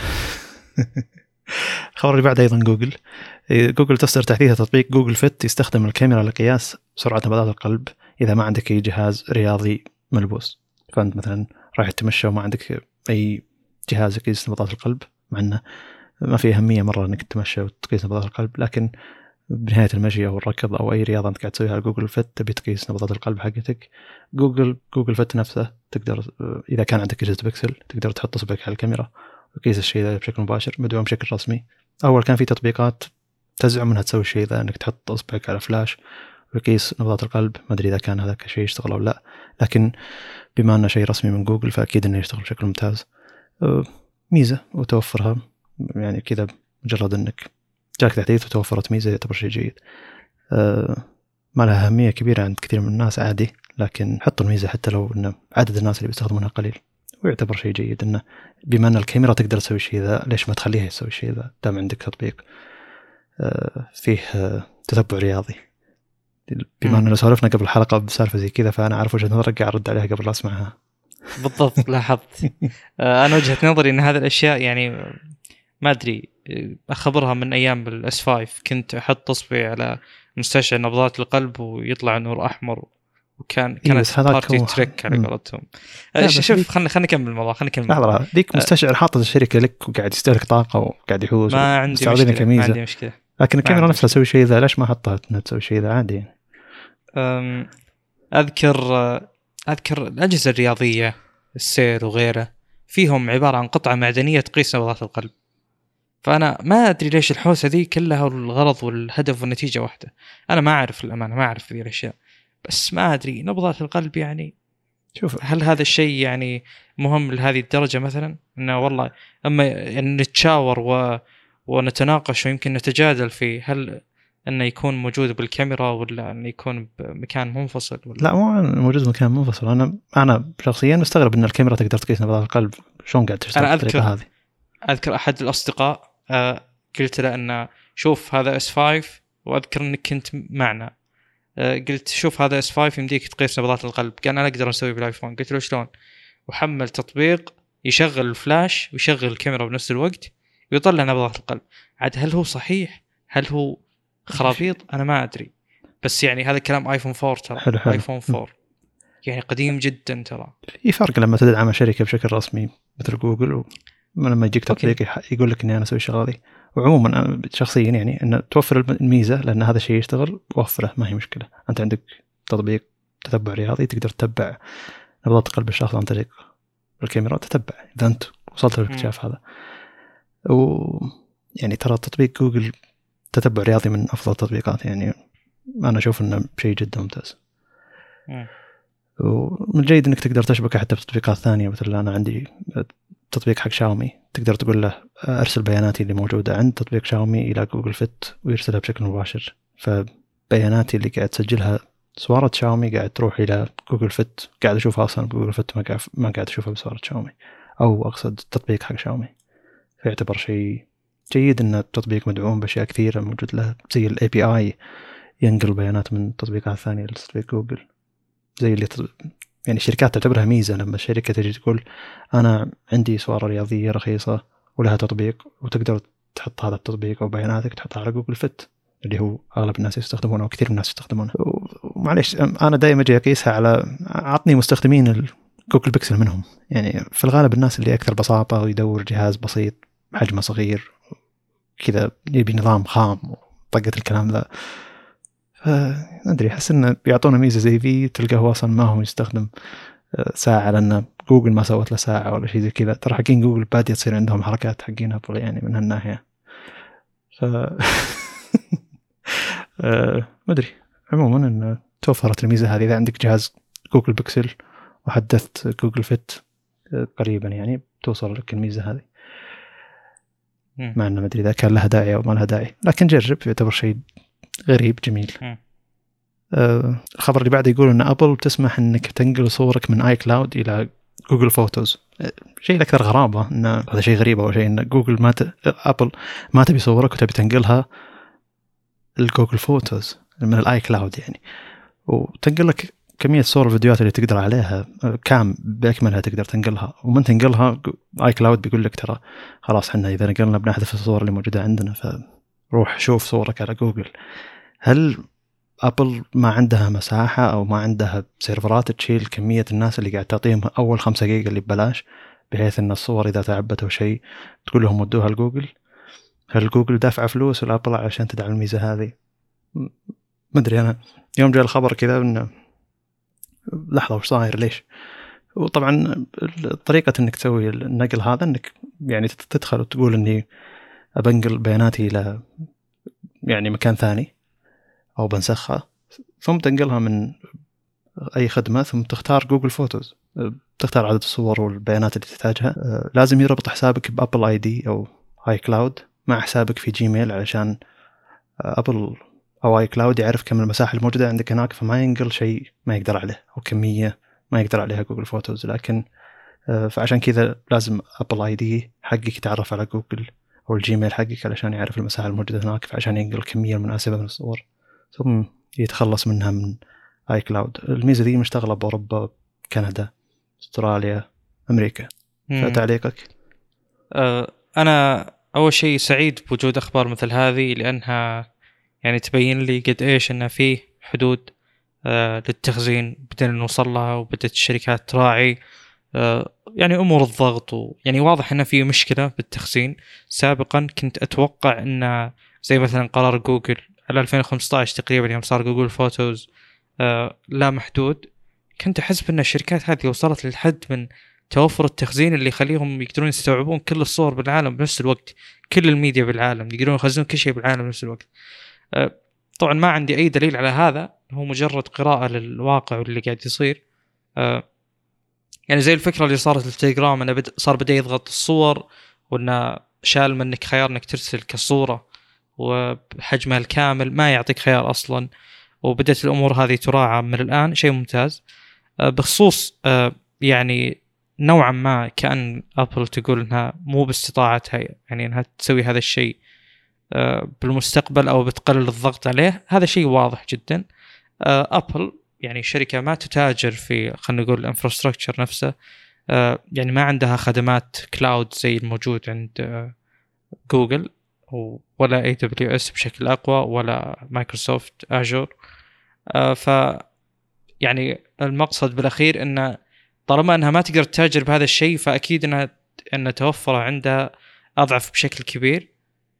الخبر اللي بعده أيضا جوجل تصدر تحديث تطبيق جوجل فيت يستخدم الكاميرا لقياس سرعة نبضات القلب إذا ما عندك أي جهاز رياضي ملبوس. فأنت مثلا رايح تمشى وما عندك أي جهاز يقيس نبضات القلب، مع أنه ما في أهمية مرة أنك تمشى وتقيس نبضات القلب، لكن بنهاية المشي أو الركض أو أي رياضة أنت قاعد تسويها على جوجل فيت تبي تقيس نبضات القلب حقتك، جوجل فيت نفسه تقدر إذا كان عندك أجهزة بيكسل تقدر تحط إصبعك على الكاميرا وتقيس الشيء ذا بشكل مباشر مدعوم بشكل رسمي. أول كان في تطبيقات تزعم أنها تسوي الشيء ذا، أنك تحط إصبعك على فلاش ويقيس نبضات القلب. ما أدري إذا كان هذا شيء يشتغل أو لا، لكن بما أنه شيء رسمي من جوجل فأكيد أنه يشتغل بشكل ممتاز. ميزة وتوفرها يعني كذا، مجرد أنك جاك تحديث وتوفرت ميزة يعتبر شيء جيد. ما لها أهمية كبيرة عند كثير من الناس عادي، لكن حطوا الميزة حتى لو أن عدد الناس اللي بيستخدمونها قليل، ويعتبر شيء جيد أنه بما أن الكاميرا تقدر تسوي الشيء ذا ليش ما تخليها يسوي الشيء ذا دام عندك تطبيق فيه تتبع رياضي. بما أننا سولفنا قبل الحلقة بسالفة زي كذا فأنا أعرف وجهة نظرك، قاعد أرد عليها قبل لا أسمعها. بالضبط لاحظت. أنا وجهة نظري أن هذه الأشياء يعني ما أدري أخبرها من أيام الS5 كنت أحط إصبعي على مستشعر نبضات القلب ويطلع نور أحمر، كانت بارتي تريك على قولتهم. شوف خلنا نكمل الموضوع. لحظة ديك مستشعر حاطط الشركة لك وقاعد يستهلك طاقة وقاعد يحوز، ما عندي مشكلة. لكن الكاميرا نفسها تسوي شيء ذا، ليش ما حطها انها تسوي شيء ذا عادي؟ أذكر الأجهزة الرياضية السير وغيره فيهم عبارة عن قطعة معدنية تقيس نبضات القلب، فأنا ما أدري ليش الحوسة دي كلها الغرض والهدف والنتيجة واحدة. أنا ما أعرف الأمانة، ما أعرف ذي الأشياء، بس ما أدري نبضات القلب يعني شوف هل هذا الشيء يعني مهم لهذه الدرجة مثلا؟ إنه والله أما إن نتشاور ونتناقش ويمكن نتجادل فيه هل إنه يكون موجود بالكاميرا ولا إنه يكون بمكان منفصل ولا لا مو موجود بمكان منفصل. أنا شخصيا مستغرب إن الكاميرا تقدر تقيس نبضات القلب، شلون قاعد تشتغل بالطريقة هذه؟ أذكر أحد الأصدقاء قلت له أن شوف هذا S5، وأذكر أنك كنت معنا، قلت شوف هذا S5 يمديك تقيس نبضات القلب، قال أنا أقدر أسوي بالآيفون. قلت له شلون؟ وحمل تطبيق يشغل الفلاش ويشغل الكاميرا بنفس الوقت ويطلع نبضات القلب. عاد هل هو صحيح؟ هل هو خرابيط؟ أنا ما أدري. بس يعني هذا كلام آيفون 4 ترى. حلو. آيفون 4 يعني قديم جدا ترى. في فرق لما تدعم شركة بشكل رسمي مثل جوجل لما يجيك تطبيق يقول لك إني أنا أسوي شغلة دي. وعموما أنا شخصيا يعني إن توفر الميزة، لأن هذا الشيء يشتغل وفره ما هي مشكلة. أنت عندك تطبيق تتبع رياضي تقدر تتبع نبضات قلب الشخص عن طريق الكاميرا، تتبع إذا أنت وصلت للاكتشاف هذا. ويعني ترى تطبيق جوجل تتبع رياضي من أفضل التطبيقات، يعني أنا أشوف إنه شيء جدا ممتاز. ومن الجيد إنك تقدر تشبكه حتى بتطبيقات ثانية. مثل أنا عندي تطبيق حق شاومي تقدر تقول له أرسل بياناتي اللي موجودة عند تطبيق شاومي إلى جوجل فيت ويرسلها بشكل مباشر. فبياناتي اللي قاعد تسجلها صورة شاومي قاعد تروح إلى جوجل فيت، قاعد أشوفها أصلا بجوجل فيت، ما قاعد أشوفها بصورة شاومي، أو أقصد التطبيق حق شاومي. فيعتبر شيء جيد إن التطبيق مدعوم بأشياء كثيرة موجود له، زي ال API ينقل بيانات من تطبيقات ثانية لتطبيق جوجل. زي اللي يعني الشركات تعتبرها ميزة لما الشركة تجي تقول أنا عندي صورة رياضية رخيصة ولها تطبيق، وتقدر تحط هذا التطبيق أو بياناتك تحطها على جوجل فيت اللي هو أغلب الناس يستخدمونه وكثير من الناس يستخدمونه. ومعليش أنا دائما أجي أقيسها على عطني مستخدمين الجوجل بيكسل منهم. يعني في الغالب الناس اللي أكثر بساطة ويدور جهاز بسيط حجمه صغير كذا يبي نظام خام وطقة الكلام ذا. فأدري أحس إنه بيعطونا ميزة زي ذي تلقاه هو أصلا ما هو يستخدم ساعة، لأن جوجل ما سوت له ساعة ولا شيء زي كذا. ترى حقين جوجل بادية تصير عندهم حركات حقين أبل يعني من هالناحية. ما أدري. عموما إن توفرت الميزة هذه إذا عندك جهاز جوجل بيكسل وحدثت جوجل فيت قريبا يعني توصل لك الميزة هذه. مع أنه ما أدري إذا كان لها داعي أو ما لها داعي، لكن جرب يعتبر شيء غريب جميل. الخبر اللي بعده يقول أن أبل تسمح أنك تنقل صورك من آي كلاود إلى جوجل فوتوز. شيء الأكثر غرابة أن هذا شيء غريب أو شيء أن جوجل أبل ما تبي صورك وتبي تنقلها الجوجل فوتوز من الآي كلاود يعني، وتنقل لك كمية صور الفيديوهات اللي تقدر عليها كام بأكملها تقدر تنقلها. ومن تنقلها آي كلاود بيقول لك ترى خلاص حنا إذا نقلنا بنحذف الصور اللي موجودة عندنا، فروح شوف صورك على جوجل. هل أبل ما عندها مساحة أو ما عندها سيرفرات تشيل كمية الناس اللي قاعد تعطيهم أول 5 جيجا اللي ببلاش، بحيث أن الصور إذا تعبت أو شيء تقول لهم ودوها لجوجل؟ هل جوجل دافع فلوس والأبل عشان تدعم الميزة هذه؟ ما أدري. أنا يوم جاء الخبر كذا إنه لحظة وش صاير ليش؟ وطبعا طريقة إنك تسوي النقل هذا إنك يعني تدخل وتقول إني أبنقل بياناتي إلى يعني مكان ثاني أو بنسخها، ثم تنقلها من أي خدمة، ثم تختار جوجل فوتوز، تختار عدد الصور والبيانات اللي تحتاجها. لازم يربط حسابك بأبل آي دي أو آي كلاود مع حسابك في جيميل علشان أبل أو آي كلاود يعرف كم المساحة الموجودة عندك هناك، فما ينقل شيء ما يقدر عليه أو كمية ما يقدر عليها جوجل فوتوز. لكن فعشان كذا لازم أبل آي دي حقك يتعرف على جوجل أو الجيميل حقك علشان يعرف المساحة الموجودة هناك، فعشان ينقل الكمية المناسبة من الصور ثم يتخلص منها من آي كلاود. الميزة دي مشتغلة بأوروبا، كندا، استراليا، أمريكا. فتعليقك؟ أنا أول شيء سعيد بوجود أخبار مثل هذه، لأنها يعني تبين لي قد إيش إن فيه حدود للتخزين بدنا نوصل لها، وبدأت الشركات تراعي يعني أمور الضغط، يعني واضح إن فيه مشكلة بالتخزين. سابقا كنت أتوقع إن زي مثلا قرار جوجل على 2015 تقريبا يوم صار جوجل فوتوز لا محدود، كنت أحسب أن الشركات هذه وصلت للحد من توفر التخزين اللي يخليهم يقدرون يستوعبون كل الصور بالعالم بنفس الوقت، كل الميديا بالعالم، يقدرون يخزنون كل شيء بالعالم بنفس الوقت. طبعا ما عندي أي دليل على هذا، هو مجرد قراءة للواقع واللي قاعد يصير. يعني زي الفكرة اللي صارت للتليجرام أنه صار بدأ يضغط الصور، وأنه شال منك خيار أنك ترسل كصورة وبحجمها الكامل، ما يعطيك خيار أصلا. وبدأت الأمور هذه تراعى من الآن، شيء ممتاز. بخصوص يعني نوعا ما كأن أبل تقول أنها مو باستطاعتها يعني أنها تسوي هذا الشيء بالمستقبل أو بتقلل الضغط عليه، هذا شيء واضح جدا. أبل يعني شركة ما تتاجر في خلينا نقول الانفراستراكشر نفسه، يعني ما عندها خدمات كلاود زي الموجود عند جوجل ولا اي دبليو اس بشكل اقوى ولا مايكروسوفت اجور. ف يعني المقصد بالاخير ان طالما انها ما تقدر تتاجر بهذا الشيء فاكيد ان توفره عندها اضعف بشكل كبير.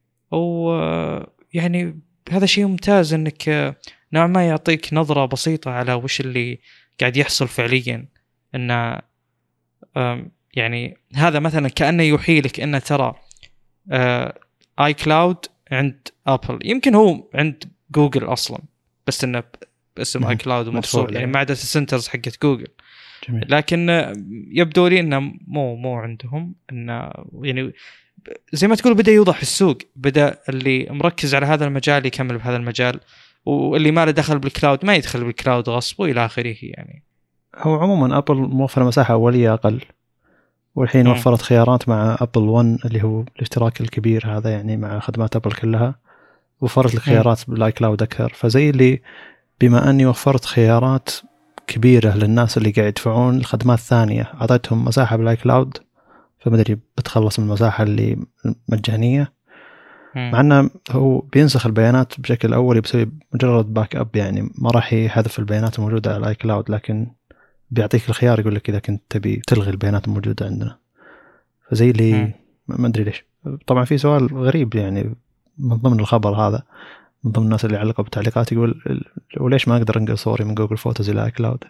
ويعني هذا شيء ممتاز انك نوعا ما يعطيك نظرة بسيطة على وش اللي قاعد يحصل فعليا. ان يعني هذا مثلا كأنه يوحي لك ان ترى اي كلاود عند ابل، يمكن هو عند جوجل اصلا بس انه باسم اي كلاود ومفصول يعني مع داتا سنترز حقت جوجل. جميل. لكن يبدو لي انه مو عندهم، انه يعني زي ما تقول بدأ يوضح السوق، بدأ اللي مركز على هذا المجال يكمل بهذا المجال، واللي ما له دخل بالكلاود ما يدخل بالكلاود غصب والى اخره. يعني هو عموما ابل موفر مساحه اوليه اقل، والحين وفرت خيارات مع ابل 1 اللي هو الاشتراك الكبير هذا، يعني مع خدمات ابل كلها وفرت لك خيارات بالاي كلاود اكثر. فزي اللي بما اني وفرت خيارات كبيره للناس اللي قاعد يدفعون الخدمات الثانيه اعطيتهم مساحه بالاي كلاود، فما ادري بتخلص من المساحه اللي مجانيه. مع انه هو بينسخ البيانات بشكل اولي بسبب مجرد باك اب، يعني ما راح يحذف البيانات الموجوده على الاي كلاود، لكن بيعطيك الخيار يقول لك اذا كنت تبي تلغي البيانات الموجوده عندنا. فزي اللي ما ادري ليش. طبعا في سؤال غريب يعني من ضمن الخبر هذا، من ضمن الناس اللي علقوا بالتعليقات يقول وليش ما اقدر انقل صوري من جوجل فوتوز الى اي كلاود؟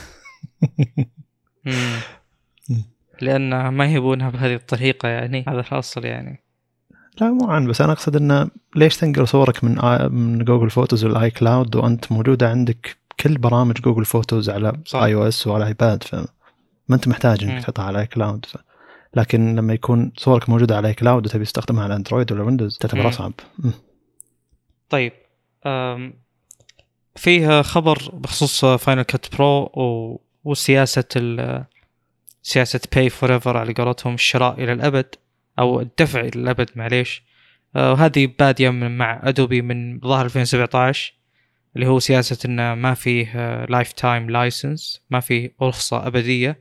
لان ما يبونها بهذه الطريقه، يعني هذا الحاصل. يعني لا مو عن، بس انا اقصد انه ليش تنقل صورك من جوجل فوتوز للاي كلاود وانت موجوده عندك كل برامج جوجل فوتوز على اي او اس وعلى ايباد، فما انت محتاج انك تحطها على اي كلاود. لكن لما يكون صورك موجوده على اي كلاود وتبي تستخدمها على اندرويد ولا ويندوز تعتبر اصعب. طيب فيه خبر بخصوص فاينل كات برو وسياسه سياسه باي فور ايفر على قولتهم، الشراء الى الابد او الدفع الى الابد معليش. وهذه باديه مع ادوبي من ظهر 2017، اللي هو سياسه انه ما فيه لايف تايم لايسنس، ما فيه رخصه ابديه.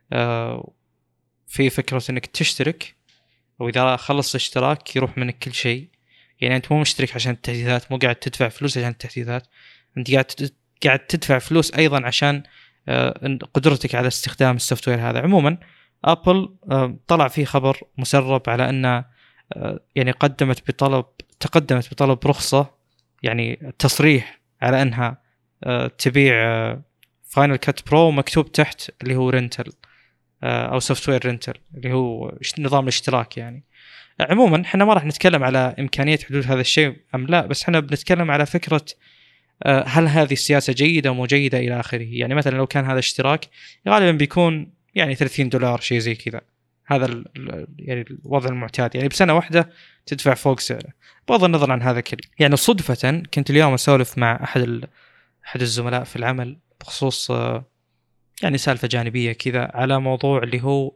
في فكره انك تشترك واذا خلص الاشتراك يروح منك كل شيء. يعني انت مو مشترك عشان التحديثات، مو قاعد تدفع فلوس عشان التحديثات، انت قاعد تدفع فلوس ايضا عشان قدرتك على استخدام السوفت وير هذا. عموما ابل طلع فيه خبر مسرب على ان يعني تقدمت بطلب رخصه، يعني تصريح على انها تبيع فاينل كات برو مكتوب تحت اللي هو رينتل او سوفت وير رينتل اللي هو نظام الاشتراك. يعني عموما احنا ما راح نتكلم على امكانيه حدوث هذا الشيء ام لا، بس احنا بنتكلم على فكره هل هذه السياسه جيده او مو جيده الى اخره. يعني مثلا لو كان هذا اشتراك غالبا بيكون يعني $30 شيء زي كذا، هذا يعني الوضع المعتاد، يعني بسنه واحده تدفع فوق سعره. بغض النظر عن هذا كله، يعني صدفه كنت اليوم اسولف مع احد الزملاء في العمل بخصوص يعني سالفه جانبيه كذا على موضوع اللي هو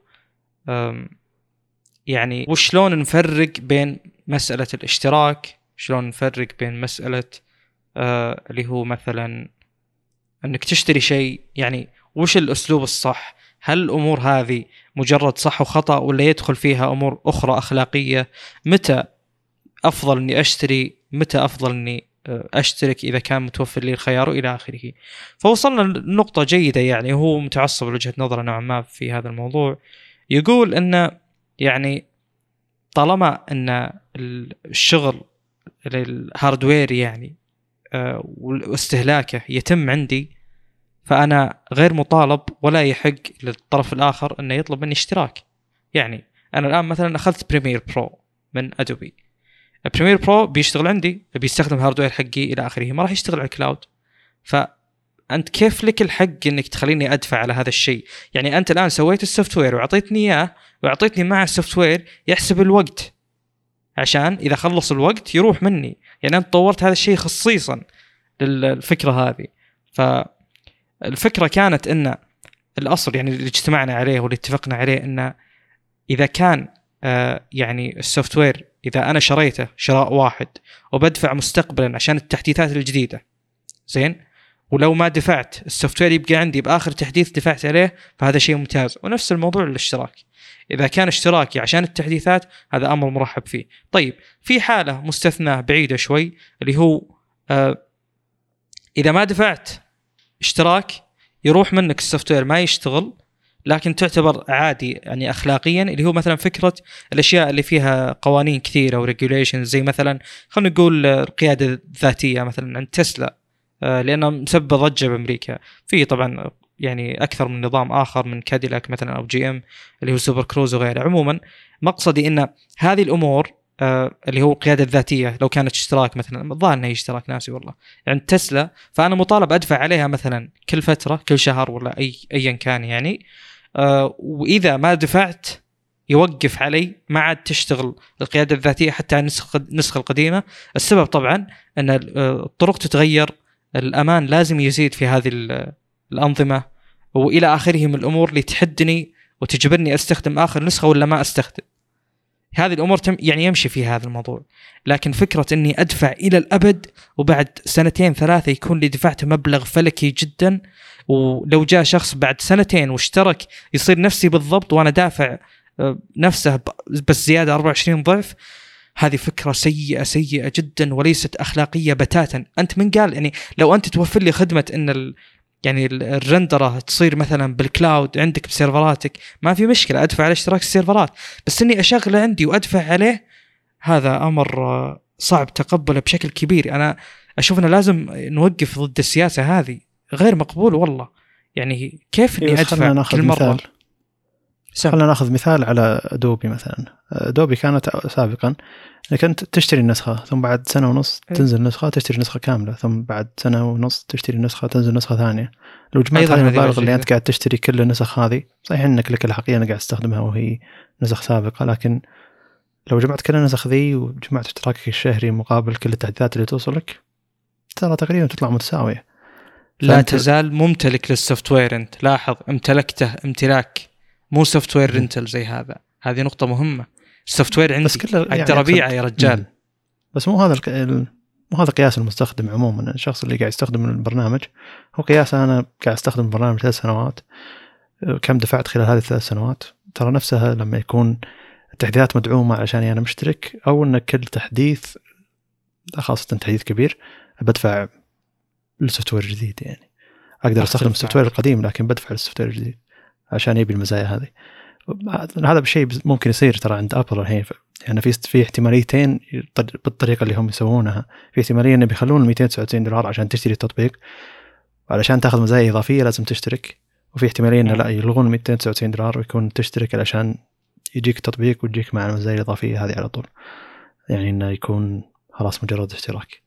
يعني وشلون نفرق بين مساله الاشتراك، شلون نفرق بين مساله اللي هو مثلا انك تشتري شيء، يعني وش الاسلوب الصح؟ هل الامور هذه مجرد صح وخطأ ولا يدخل فيها امور اخرى اخلاقيه؟ متى افضل اني اشتري، متى افضل اني اشترك اذا كان متوفر لي الخيار الى اخره. فوصلنا لنقطه جيده، يعني هو متعصب لوجهه نظره نوعا ما في هذا الموضوع، يقول ان يعني طالما ان الشغل الهاردوير يعني واستهلاكه يتم عندي، فأنا غير مطالب ولا يحق للطرف الآخر أنه يطلب مني اشتراك. يعني أنا الآن مثلا أخذت بريمير برو من أدوبي، بريمير برو بيشتغل عندي، بيستخدم هاردوير حقي إلى آخره، ما راح يشتغل على الكلاود. فأنت كيف لك الحق أنك تخليني أدفع على هذا الشيء؟ يعني أنت الآن سويت السوفت وير وعطيتني إياه، وعطيتني مع السوفت وير يحسب الوقت عشان إذا خلص الوقت يروح مني. يعني أنت طورت هذا الشيء خصيصا للفكرة هذه. فالفكرة كانت إن الأصل يعني اللي اجتمعنا عليه واللي اتفقنا عليه إن إذا كان يعني السوفت وير إذا أنا شريته شراء واحد وبدفع مستقبلا عشان التحديثات الجديدة زين، ولو ما دفعت السوفت وير يبقى عندي بآخر تحديث دفعت عليه، فهذا شيء ممتاز. ونفس الموضوع للاشتراك، إذا كان اشتراكي عشان التحديثات هذا أمر مرحب فيه. طيب في حالة مستثنى بعيدة شوي اللي هو إذا ما دفعت اشتراك يروح منك السوفت وير ما يشتغل، لكن تعتبر عادي يعني أخلاقيا، اللي هو مثلا فكرة الأشياء اللي فيها قوانين كثيرة وريجوليشنز، زي مثلا خلينا نقول القيادة الذاتية مثلا عند تسلا، لأنه مسبب ضجة بأمريكا. في طبعا يعني أكثر من نظام آخر من كاديلاك مثلا أو جي إم اللي هو سوبر كروز وغيره. عموما مقصدي إن هذه الأمور اللي هو القيادة الذاتية لو كانت اشتراك مثلا، الظاهر انه اشتراك ناسي والله عند تسلا، فأنا مطالب أدفع عليها مثلا كل فترة كل شهر ولا أيا كان يعني. وإذا ما دفعت يوقف علي، ما عاد تشتغل القيادة الذاتية حتى النسخة القديمة. السبب طبعا أن الطرق تتغير، الأمان لازم يزيد في هذه الأنظمة، وإلى آخره من الأمور اللي تحدني وتجبرني أستخدم آخر نسخة ولا ما أستخدم. هذه الأمور يعني يمشي في هذا الموضوع. لكن فكرة أني أدفع إلى الأبد وبعد 2-3 يكون لي دفعت مبلغ فلكي جدا، ولو جاء شخص بعد 2 واشترك يصير نفسي بالضبط وأنا دافع نفسه بس زيادة 24 ضعف، هذه فكرة سيئة جدا وليست أخلاقية بتاتا. أنت من قال يعني لو أنت توفر لي خدمة أن يعني الرندرة تصير مثلا بالكلاود عندك بسيرفراتك، ما في مشكلة، أدفع على اشتراك السيرفرات، بس إني أشغله عندي وأدفع عليه هذا أمر صعب تقبله بشكل كبير. أنا أشوف أنه لازم نوقف ضد السياسة هذه، غير مقبول والله. يعني كيف إني أدفع كل مرة؟ خلنا ناخذ مثال على أدوبي مثلا. أدوبي كانت سابقا كنت تشتري النسخة ثم بعد 1.5 تنزل نسخة، تشتري نسخة كاملة، ثم بعد 1.5 تشتري نسخة تنزل نسخة ثانية. لو جمعت هذه المبالغ اللي أنت قاعد تشتري كل النسخ هذه، صحيح إنك لك الحقيقة أنا قاعد استخدمها وهي نسخ سابقة، لكن لو جمعت كل النسخ ذي وجمعت اشتراكك الشهري مقابل كل التحديثات اللي توصلك، ترى تقريبا تطلع متساوية. لا تزال ممتلك للسوفت وير. أنت لاحظ امتلكته امتلاك، مو سوفت وير رينتل زي هذا. هذه نقطة مهمة. السوفت وير عندي أقدر أبيعه يا رجال. بس مو هذا قياس المستخدم عموما. الشخص اللي قاعد يستخدم البرنامج هو قياس أنا قاعد أستخدم البرنامج 3 سنوات، كم دفعت خلال هذه 3 سنوات. ترى نفسها لما يكون التحديثات مدعومة عشان أنا مشترك، أو أن كل تحديث خاصة تحديث كبير بدفع للسوفت وير الجديد. يعني أقدر أستخدم السوفت وير القديم لكن بدفع للسوفت وير الجديد عشان يبي المزايا هذه. هذا بشيء ممكن يصير ترى عند أبل الحين. يعني في احتماليتين بالطريقة اللي هم يسوونها. في احتمالية إنه بيخلون $299 عشان تشتري التطبيق، وعلشان تأخذ مزايا إضافية لازم تشترك. وفي احتمالية إنه لا، يلغون $299 ويكون تشترك علشان يجيك التطبيق ويجيك مع المزايا الإضافية هذه على طول. يعني إنه يكون خلاص مجرد اشتراك.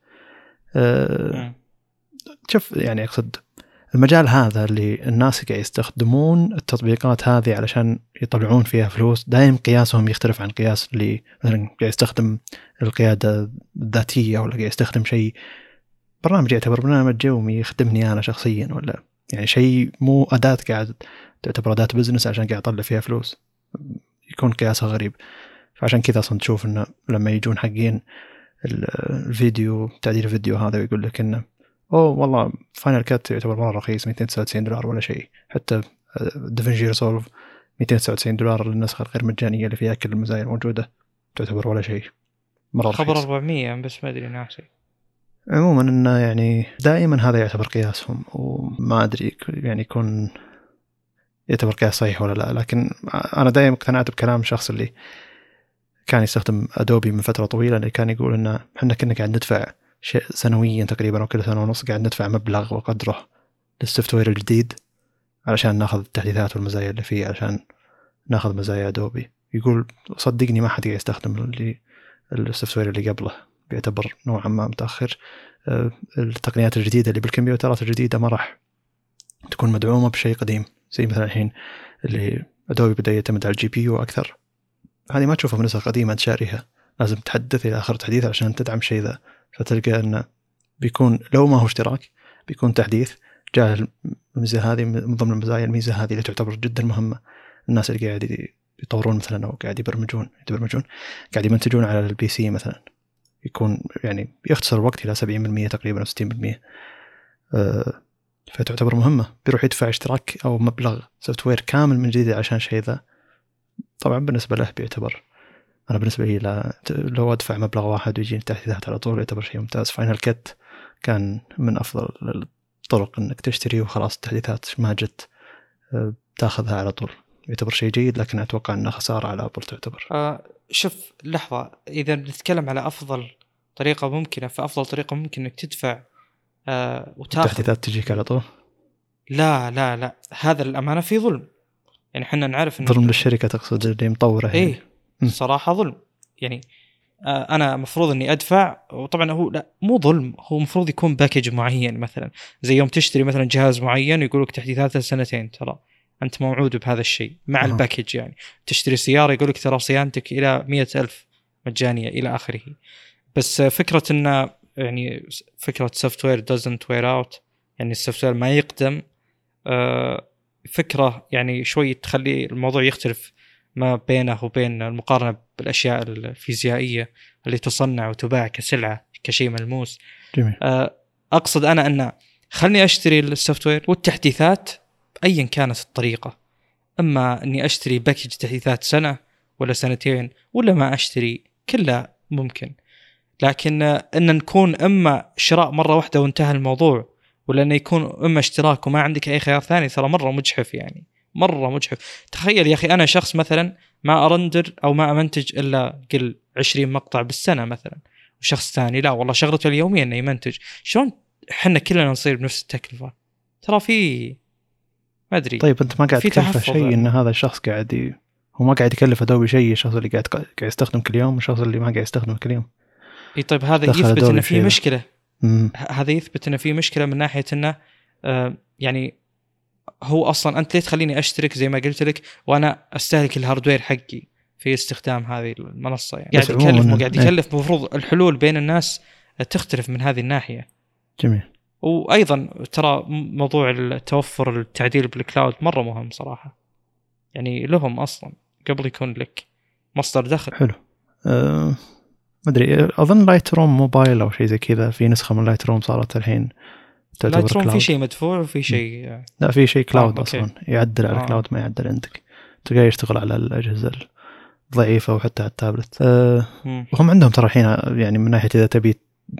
شوف يعني أقصد المجال هذا اللي الناس قاعد يستخدمون التطبيقات هذه علشان يطلعون فيها فلوس، دائما قياسهم يختلف عن قياس اللي مثلا قاعد يستخدم القيادة الذاتية ولا قاعد يستخدم شيء برنامج يعتبر برنامج يومي يخدمني أنا شخصيا، ولا يعني شيء مو أداة قاعد تعتبر أداة بزنس عشان قاعد أطلع فيها فلوس، يكون قياسها غريب. فعشان كذا أصلا تشوف إنه لما يجون حقين الفيديو تعديل الفيديو هذا ويقول لك إنه والله فاينل كات يعتبر مرة رخيص $299 ولا شيء، حتى دافنشي ريسولف $299 للنسخة الغير مجانية اللي فيها كل المزايا الموجودة تعتبر ولا شيء، مرة خبر 400 بس ما أدري ناسي. عموما إنه يعني دائما هذا يعتبر قياسهم، وما أدري يعني يكون يعتبر قياس صحيح ولا لا. لكن أنا دائما اقتنعت بكلام شخص اللي كان يستخدم أدوبي من فترة طويلة، اللي كان يقول إنه إحنا كنا قاعد ندفع شيء سنويا تقريبا أو كل 1.5 سنة قاعد ندفع مبلغ وقدره للسوفت وير الجديد علشان ناخذ التحديثات والمزايا اللي فيه، علشان ناخذ مزايا أدوبي. يقول صدقني ما حد يستخدم السوفت وير اللي قبله، بيعتبر نوعا ما متأخر. التقنيات الجديدة اللي بالكمبيوترات الجديدة ما راح تكون مدعومة بشيء قديم، زي مثلا الحين اللي أدوبي بدأ يعتمد على الجي بي يو أكثر. هذه ما تشوفها من نسخة قديمة تشاريها، لازم تحدث إلى آخر تحديث عشان تدعم شيء ذا. فتلقى أنه بيكون لو ما هو اشتراك بيكون تحديث جاء الميزة هذه من ضمن المزايا. الميزة هذه اللي تعتبر جدا مهمة، الناس اللي قاعد يطورون مثلا أو قاعد يبرمجون قاعد يمنتجون على البي سي مثلا، يكون يعني يختصر الوقت إلى 70% تقريبا أو 60%. فتعتبر مهمة. بيروح يدفع اشتراك أو مبلغ سوفت وير كامل من جديد عشان شيء ذا، طبعا بالنسبة له بيعتبر، أنا بالنسبة لي لو أدفع مبلغ واحد ويجيني تحديثات على طول يعتبر شيء ممتاز. فاينل كت كان من أفضل الطرق إنك تشتري وخلاص التحديثات ما جت تاخذها على طول، يعتبر شيء جيد. لكن أتوقع أنه خسارة على أبل تعتبر. شوف لحظة، إذا نتكلم على أفضل طريقة ممكنة، فأفضل طريقة ممكن إنك تدفع وتاخذ التحديثات تجيك على طول. لا هذا الأمانة في ظلم. يعني حنا نعرف إن ظلم للشركة تقصد اللي مطورة؟ إيه صراحة ظلم. يعني أنا مفروض إني أدفع، وطبعا هو لا مو ظلم، هو مفروض يكون باكج معين. مثلا زي يوم تشتري مثلا جهاز معين يقولك تحديثاته سنتين، ترى أنت موعود بهذا الشيء مع الباكج. يعني تشتري سيارة يقولك ترى صيانتك إلى 100,000 مجانية إلى آخره. بس فكرة إن يعني فكرة software doesn't wear out، يعني السوفتوير ما يقدم، فكرة يعني شوي تخلي الموضوع يختلف ما بينه وبين المقارنة بالأشياء الفيزيائية اللي تصنع وتباع كسلعة كشيء ملموس. جميل. أقصد أنا أن خلني أشتري السوفتوير والتحديثات أيا كانت الطريقة، أما أني أشتري باكج تحديثات سنة ولا سنتين ولا ما أشتري، كلها ممكن. لكن أن نكون إما شراء مرة واحدة وانتهى الموضوع، ولا أن يكون إما اشتراك وما عندك أي خيار ثاني، ترى مرة مجحف. يعني مرة مجحف. تخيل يا أخي أنا شخص مثلا ما أرندر أو ما أمنتج إلا قل 20 مقطع بالسنة مثلا، وشخص ثاني لا والله شغلته اليومية أنه يمنتج. شلون حنا كلنا نصير بنفس التكلفة؟ ترى في ما أدري. طيب أنت ما قاعد تكلفه شيء إن هذا الشخص قاعد هو ما قاعد يكلف أدوبي شيء، الشخص اللي قاعد يستخدم كل يوم والشخص اللي ما قاعد يستخدم كل يوم. إيه طيب هذا يثبت إن في مشكلة. هذا يثبت إن في مشكلة من ناحية إنه يعني هو أصلاً أنت ليه تخليني أشترك زي ما قلت لك وأنا أستهلك الهاردوير حقي في استخدام هذه المنصة؟ يعني قاعد يكلف مو قاعد يكلف. مفروض الحلول بين الناس تختلف من هذه الناحية. جميل. وأيضاً ترى موضوع التوفر التعديل بالكلاود مرة مهم صراحة. يعني لهم أصلاً قبل يكون لك مصدر دخل. حلو. ما أدري، أظن لايت روم موبايل أو شيء زي كذا، في نسخة من لايت روم صارت الحين لايت روم في شيء مدفوع وفي شيء لا في شيء كلاود أصلا يعدل على الكلاود، ما يعدل عندك، تلقاه يشتغل على الأجهزة الضعيفة وحتى على التابلت. وهم عندهم ترى الحين يعني من ناحية إذا تبي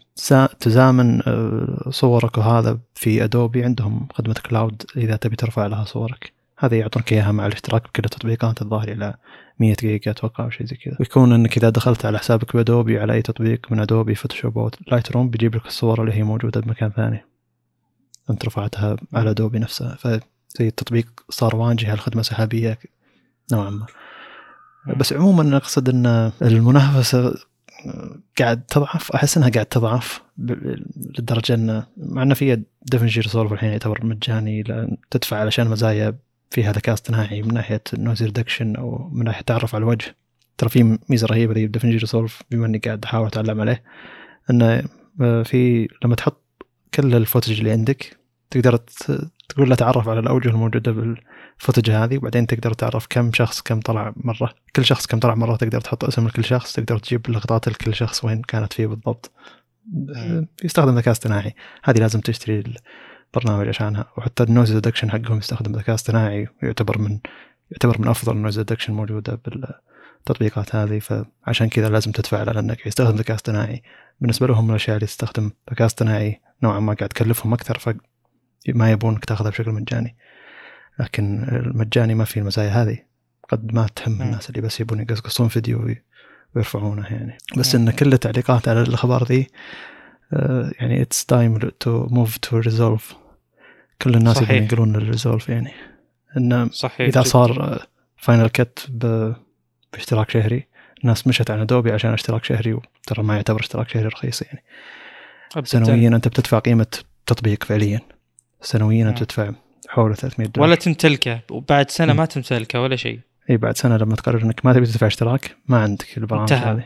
تزامن صورك وهذا في أدوبي عندهم خدمة كلاود، إذا تبي ترفع لها صورك هذا يعطونك إياها مع الاشتراك بكل التطبيقات الظاهرة على 100 جيجا أتوقع أو شيء زي كذا. ويكون إنك إذا دخلت على حسابك بأدوبي على أي تطبيق من أدوبي فوتوشوب أو لايت روم بيجيب لك الصور اللي هي موجودة بمكان ثاني أنت رفعتها على أدوبي نفسها. فزي التطبيق صار واجهة الخدمة سحابية نوعا ما. بس عموما أقصد أن المنافسة قاعد تضعف، أحس أنها قاعد تضعف للدرجة أن مع أن فيها DaVinci Resolve الحين يعتبر مجاني، لأن تدفع علشان مزايا فيها ذكاء اصطناعي من ناحية noise reduction أو من ناحية تعرف على الوجه. ترى في ميزة رهيبة ذي DaVinci Resolve بما أني قاعد أحاول أتعلم عليه، أنه في لما تحط كل الفوتج اللي عندك تقدر تقول له تعرف على الأوجه الموجودة بالفوتج هذه، وبعدين تقدر تعرف كم شخص كم طلع مرة، كل شخص كم طلع مرة، تقدر تحط اسم لكل شخص، تقدر تجيب لقطات لكل شخص وين كانت فيه بالضبط. يستخدم ذكاء اصطناعي، هذه لازم تشتري البرنامج عشانها. وحتى النويز ريدكشن حقهم يستخدم ذكاء اصطناعي، ويعتبر من أفضل النويز ريدكشن موجودة بالتطبيقات هذه. فعشان كذا لازم تدفع لأنك يستخدم ذكاء اصطناعي. بالنسبة لهم الأشياء اللي تستخدم ذكاء اصطناعي نوعا ما قاعد تكلفهم أكثر، فما يبونك تأخذها بشكل مجاني. لكن المجاني ما فيه المزايا هذه، قد ما تهم الناس اللي بس يبون يقصقصون فيديو ويرفعونه يعني. بس إن كل التعليقات على الأخبار ذي يعني it's time to move to resolve. كل الناس يبون يقولون الريزولف، يعني إن إذا صار فاينل كت باشتراك شهري الناس مشت على أدوبي عشان اشتراك شهري، وترى ما يعتبر اشتراك شهري رخيص يعني. سنويا أنت بتدفع قيمة تطبيق فعليا، سنويا أنت تدفع حول $300 ولا تمتلكه، وبعد سنة ما تمتلكه ولا شيء. اي بعد سنة لما تقرر انك ما تبي تدفع اشتراك ما عندك البرامج هذه.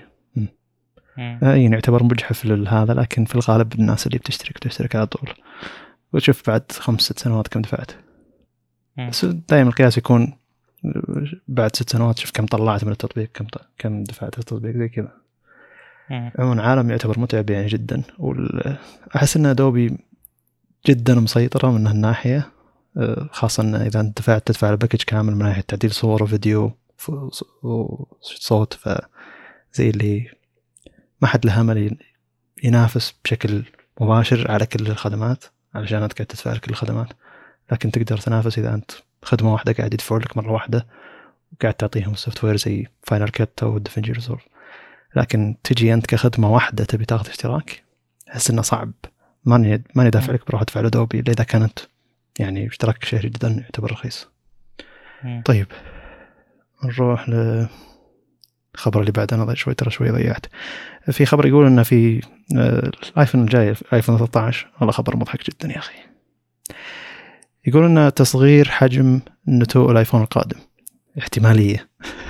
يعني يعتبر مجحف لهذا، لكن في الغالب الناس اللي بتشترك على طول، وتشوف بعد 5-6 سنوات كم دفعت. بس دائما القياس يكون بعد 6 سنوات شوف كم طلعت من التطبيق، كم دفعت التطبيق زي كذا. عموما عالم يعتبر متعب يعني جدا، وأحس ان أدوبي جدا مسيطرة من هالناحية، خاصة إذا أنت تدفع الباكج كامل من ناحية تعديل صور وفيديو وصوت، فزي اللي ما حد له أمل ينافس بشكل مباشر على كل الخدمات علشان أنت قاعد تدفع كل الخدمات، لكن تقدر تنافس إذا أنت خدمة واحدة قاعد يدفعوا لك مرة واحدة وقاعد تعطيهم السوفت وير زي فاينل كات أو دافنشي ريزولف. لكن تجي أنت كخدمة واحدة تبي تاخذ اشتراك، أحس إنه صعب. ماني دافع لك بروح أدفع لأدوبي إذا كانت يعني اشتراك شهري جدا يعتبر رخيص. طيب نروح للخبر اللي بعد. أنا شوي ضيعت في خبر يقول إنه في الآيفون الجاي آيفون 13 والله خبر مضحك جدا يا أخي. يقول إنه تصغير حجم نتوء الآيفون القادم احتمالية.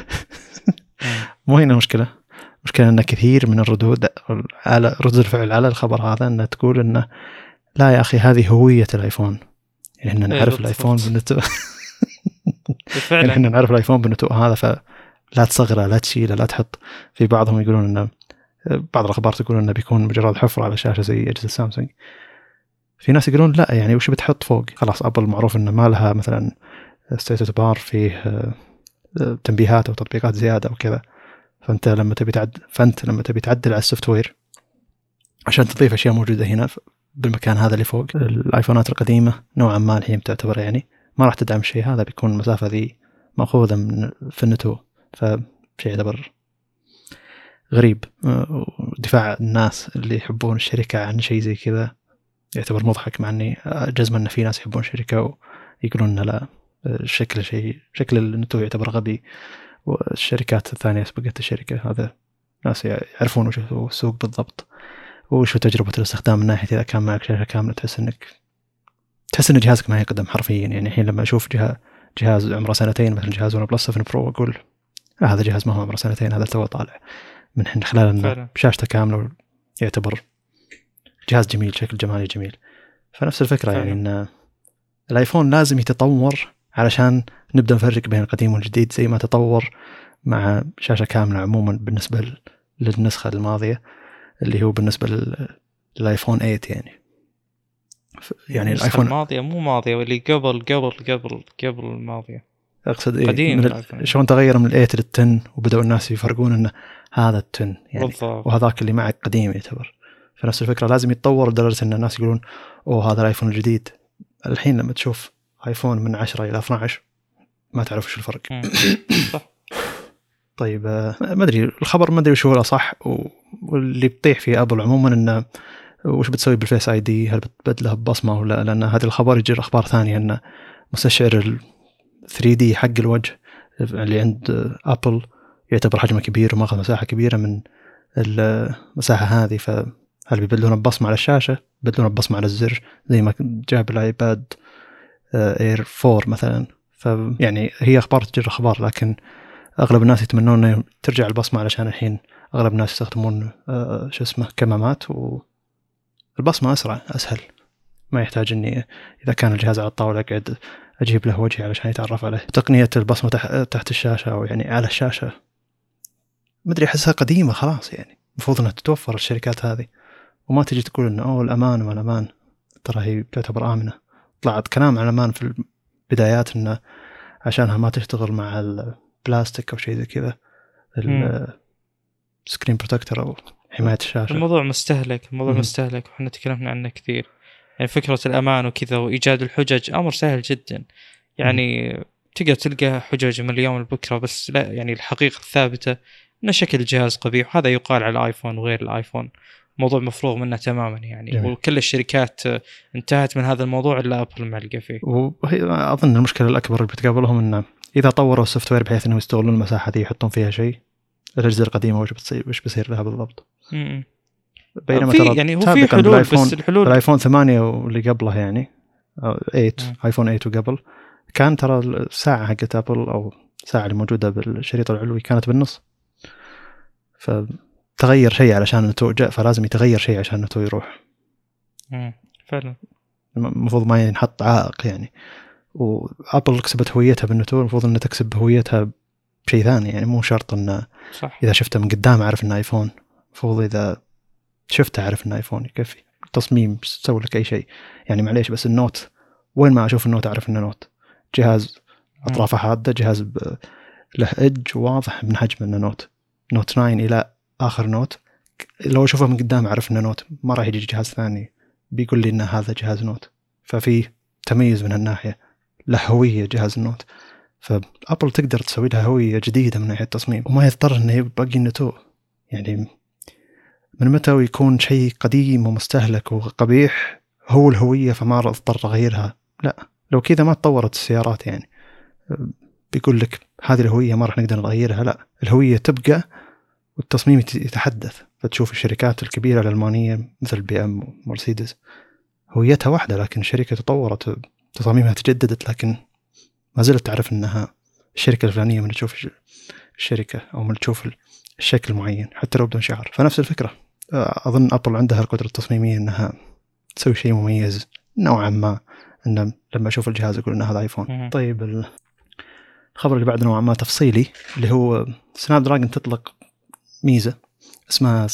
مو هنا المشكلة أن كثير من الردود على ردود الفعل على الخبر هذا أنها تقول إنه لا يا أخي هذه هوية الآيفون، يعني إحنا نعرف الآيفون بالنتوء. يعني إحنا نعرف الآيفون بالنتوء هذا، فلا تصغره لا تشيله لا تحط. في بعضهم يقولون إنه بعض الأخبار تقول إنه بيكون مجرد حفرة على شاشة زي أجهزة سامسونج. في ناس يقولون لا يعني وش بتحط فوق؟ خلاص أبل معروف إنه ما لها مثلا ستيتس بار فيه تنبيهات أو تطبيقات زيادة أو كذا، فأنت لما تبي تعدل على السوفت وير عشان تضيف أشياء موجودة هنا بالمكان هذا اللي فوق. الآيفونات القديمة نوعا ما الحين تعتبر يعني ما راح تدعم شيء هذا، بيكون المسافة ذي مأخوذة من في النتو، فشيء يعتبر غريب. دفاع الناس اللي يحبون الشركة عن شيء زي كذا يعتبر مضحك، مع أني جزما أن في ناس يحبون الشركة ويقولون لا شكل النتو يعتبر غبي، والشركات الثانية سبقت الشركة. هذا ناس يعرفون وش هو السوق بالضبط وش تجربة الاستخدام من ناحية إذا كان معك شاشة كاملة تحس إن جهازك ما يقدم حرفيا. يعني الحين لما أشوف جهاز عمره 2 مثل جهاز ون بلس 7 برو أقول هذا جهاز ما هو عمره 2، هذا تو طالع من خلال إنه شاشته كاملة يعتبر جهاز جميل، شكل جمالي جميل. فنفس الفكرة يعني إن الآيفون لازم يتطور علشان نبدأ نفرق بين القديم والجديد، زي ما تطور مع شاشة كاملة عموما بالنسبة للنسخة الماضية اللي هو بالنسبة للآيفون 8. يعني الآيفون الماضية مو ماضية واللي قبل الماضية أقصد إيه شلون تغير من 8 لل10 وبدأوا الناس يفرقون إنه هذا 10 يعني بالضبط. وهذاك اللي معك قديم يعتبر. فنفس الفكرة لازم يتطور لدرجة إن الناس يقولون هذا الآيفون الجديد. الحين لما تشوف آيفون من 10 إلى 12 ما تعرف شو الفرق. صح. طيب ما أدري الخبر ما أدري وش هو صح، واللي بتطيح فيه أبل عموما إنه وش بتسوي بالفيس آي دي، هل بتبدلها ببصمة ولا؟ لأن هذا الخبر يجي أخبار ثانية إنه مستشعر 3D حق الوجه اللي عند أبل يعتبر حجمه كبير وماخذ مساحة كبيرة من المساحة هذه، فهل بيبدلونه ببصمة على الشاشة، بيبدلونه ببصمة على الزر زي ما جاب الآيباد إير 4 مثلا. فيعني هي أخبار تجر أخبار، لكن أغلب الناس يتمنون أن ترجع البصمة علشان الحين أغلب الناس يستخدمون كمامات، والبصمة أسرع أسهل، ما يحتاج إني إذا كان الجهاز على الطاولة قاعد أجيب له وجهي علشان يتعرف عليه. تقنية البصمة تحت الشاشة أو يعني على الشاشة مدري أحسها قديمة خلاص، يعني المفروض أنها تتوفر الشركات هذه وما تجي تقول إنه الأمان وما الأمان، ترى هي تعتبر آمنة. طلعت كلام عن الأمان في البدايات إنه عشانها ما تشتغل مع البلاستيك أو شيء زي كذا، السكرين بروتكتور أو حماية الشاشة. الموضوع مستهلك وإحنا تكلمنا عنه كثير. يعني فكرة الأمان وكذا وإيجاد الحجج أمر سهل جدا، يعني تقدر تلقى حجج من اليوم لبكرة، بس لا يعني الحقيقة الثابتة أن شكل الجهاز قبيح، وهذا يقال على الآيفون وغير الآيفون. موضوع مفروغ منه تماما يعني جميل. وكل الشركات انتهت من هذا الموضوع إلا أبل معلقة فيه. وهي أظن المشكلة الأكبر اللي بتقابلهم إنه إذا طوروا السوفت وير بحيث إنه يستغلون المساحة دي يحطون فيها شيء، الأجهزة القديمة وش بيصير لها بالضبط؟ بينما ترى يعني هو في حلول، بس الحلول الآيفون 8 واللي قبله يعني 8 آيفون 8 وقبل كان ترى الساعة حقت أبل أو الساعة اللي موجودة بالشريط العلوي كانت بالنص، فتغير شيء علشان النتو جاء، فلازم يتغير شيء عشان النتو يروح. فعلا المفروض ما ينحط عائق يعني. وأبل كسبت هويتها بالنتو، المفروض أنها تكسب هويتها بشيء ثاني، يعني مو شرط أن إذا شفته من قدام أعرف أنه آيفون، المفروض إذا شفته أعرف أنه آيفون يكفي. تصميم تسوي لك أي شيء يعني معليش، بس النوت وين ما أشوف النوت أعرف أنه نوت، جهاز أطرافه حادة، جهاز له إدج واضح من حجم إنه نوت 9 إلى آخر نوت. لو أشوفه من قدام أعرف إنه نوت، ما راح يجي جهاز ثاني بيقول لي إن هذا جهاز نوت. ففي تميز من هالناحية، له هوية جهاز النوت. فأبل تقدر تسوي لها هوية جديدة من ناحية التصميم، وما يضطر إنه يبقى نتوء. يعني من متى ويكون شيء قديم ومستهلك وقبيح هو الهوية فما اضطر أغيرها؟ لا، لو كذا ما تطورت السيارات. يعني بيقول لك هذه الهوية ما راح نقدر نغيرها. لا، الهوية تبقى والتصميم يتحدث. فتشوف الشركات الكبيرة الألمانية مثل بي ام ومرسيدس هويتها واحدة، لكن الشركة تطورت، تصاميمها تجددت، لكن ما زلت تعرف أنها الشركة الفلانية من تشوف الشركة أو من تشوف الشكل معين حتى لو بدون شعار. فنفس الفكرة، أظن أبل عندها القدرة التصميمية أنها تسوي شيء مميز نوعا ما، أن لما أشوف الجهاز أقول أن هذا آيفون. طيب الخبر اللي بعد نوعا ما تفصيلي، اللي هو سناب دراجون تطلق ميزة اسمها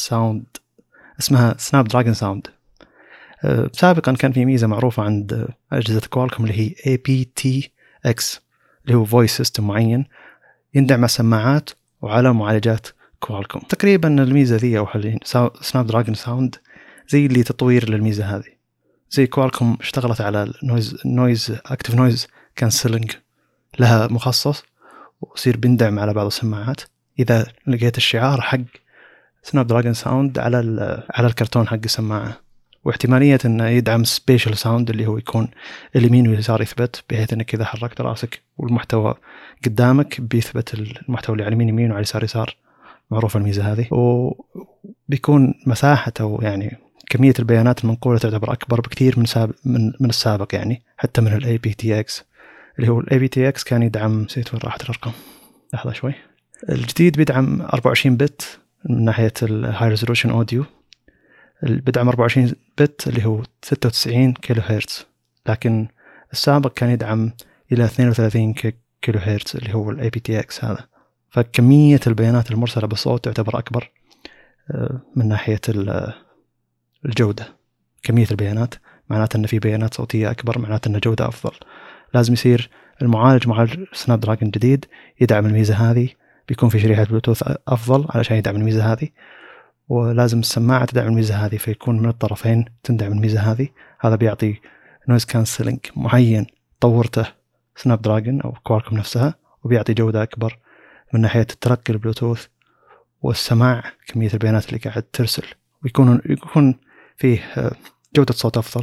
سناب دراجون ساوند. سابقا كان في ميزة معروفة عند أجهزة كوالكوم اللي هي aptX، اللي هو voice system معين يندعم السماعات وعلى معالجات كوالكوم. تقريبا الميزة ذي أو سناب دراجون ساوند زي اللي تطوير للميزة هذه. زي كوالكوم اشتغلت على نويز اكتف نويز كانسلنج لها مخصص ويصير بيندعم على بعض السماعات. إذا لقيت الشعار حق سناب دراجون ساوند على الكرتون حق السماعة، واحتمالية أنه يدعم سبيشال ساوند اللي هو يكون اليمين واليسار يثبت، بحيث أنك إذا حركت رأسك والمحتوى قدامك بيثبت المحتوى اللي على اليمين يمين وعلى اليسار يسار. معروفة الميزة هذه. وبيكون مساحة أو يعني كمية البيانات المنقولة تعتبر أكبر بكثير من السابق، يعني حتى من ال aptX. اللي هو ال aptX كان يدعم، نسيت وين راحت الأرقام، لحظة شوي. الجديد بيدعم 24 بت من ناحية الهاي ريزولوشن أوديو، بدعم 24 بت اللي هو 96 كيلو هرتز، لكن السابق كان يدعم إلى 32 كيلو هرتز اللي هو ال aptX هذا. فكمية البيانات المرسلة بالصوت تعتبر أكبر من ناحية الجودة. كمية البيانات معناته أن في بيانات صوتية أكبر، معناته أن جودة أفضل. لازم يصير معالج سناب دراجون جديد يدعم الميزة هذه، بيكون في شريحة بلوتوث أفضل علشان يدعم الميزة هذه، ولازم السماعة تدعم الميزة هذه، فيكون من الطرفين تندعم الميزة هذه. هذا بيعطي نويز كانسلنج معين طورته سناب دراجون أو كوالكوم نفسها، وبيعطي جودة أكبر من ناحية التلقي البلوتوث والسماع كمية البيانات اللي قاعد ترسل، ويكون فيه جودة صوت أفضل.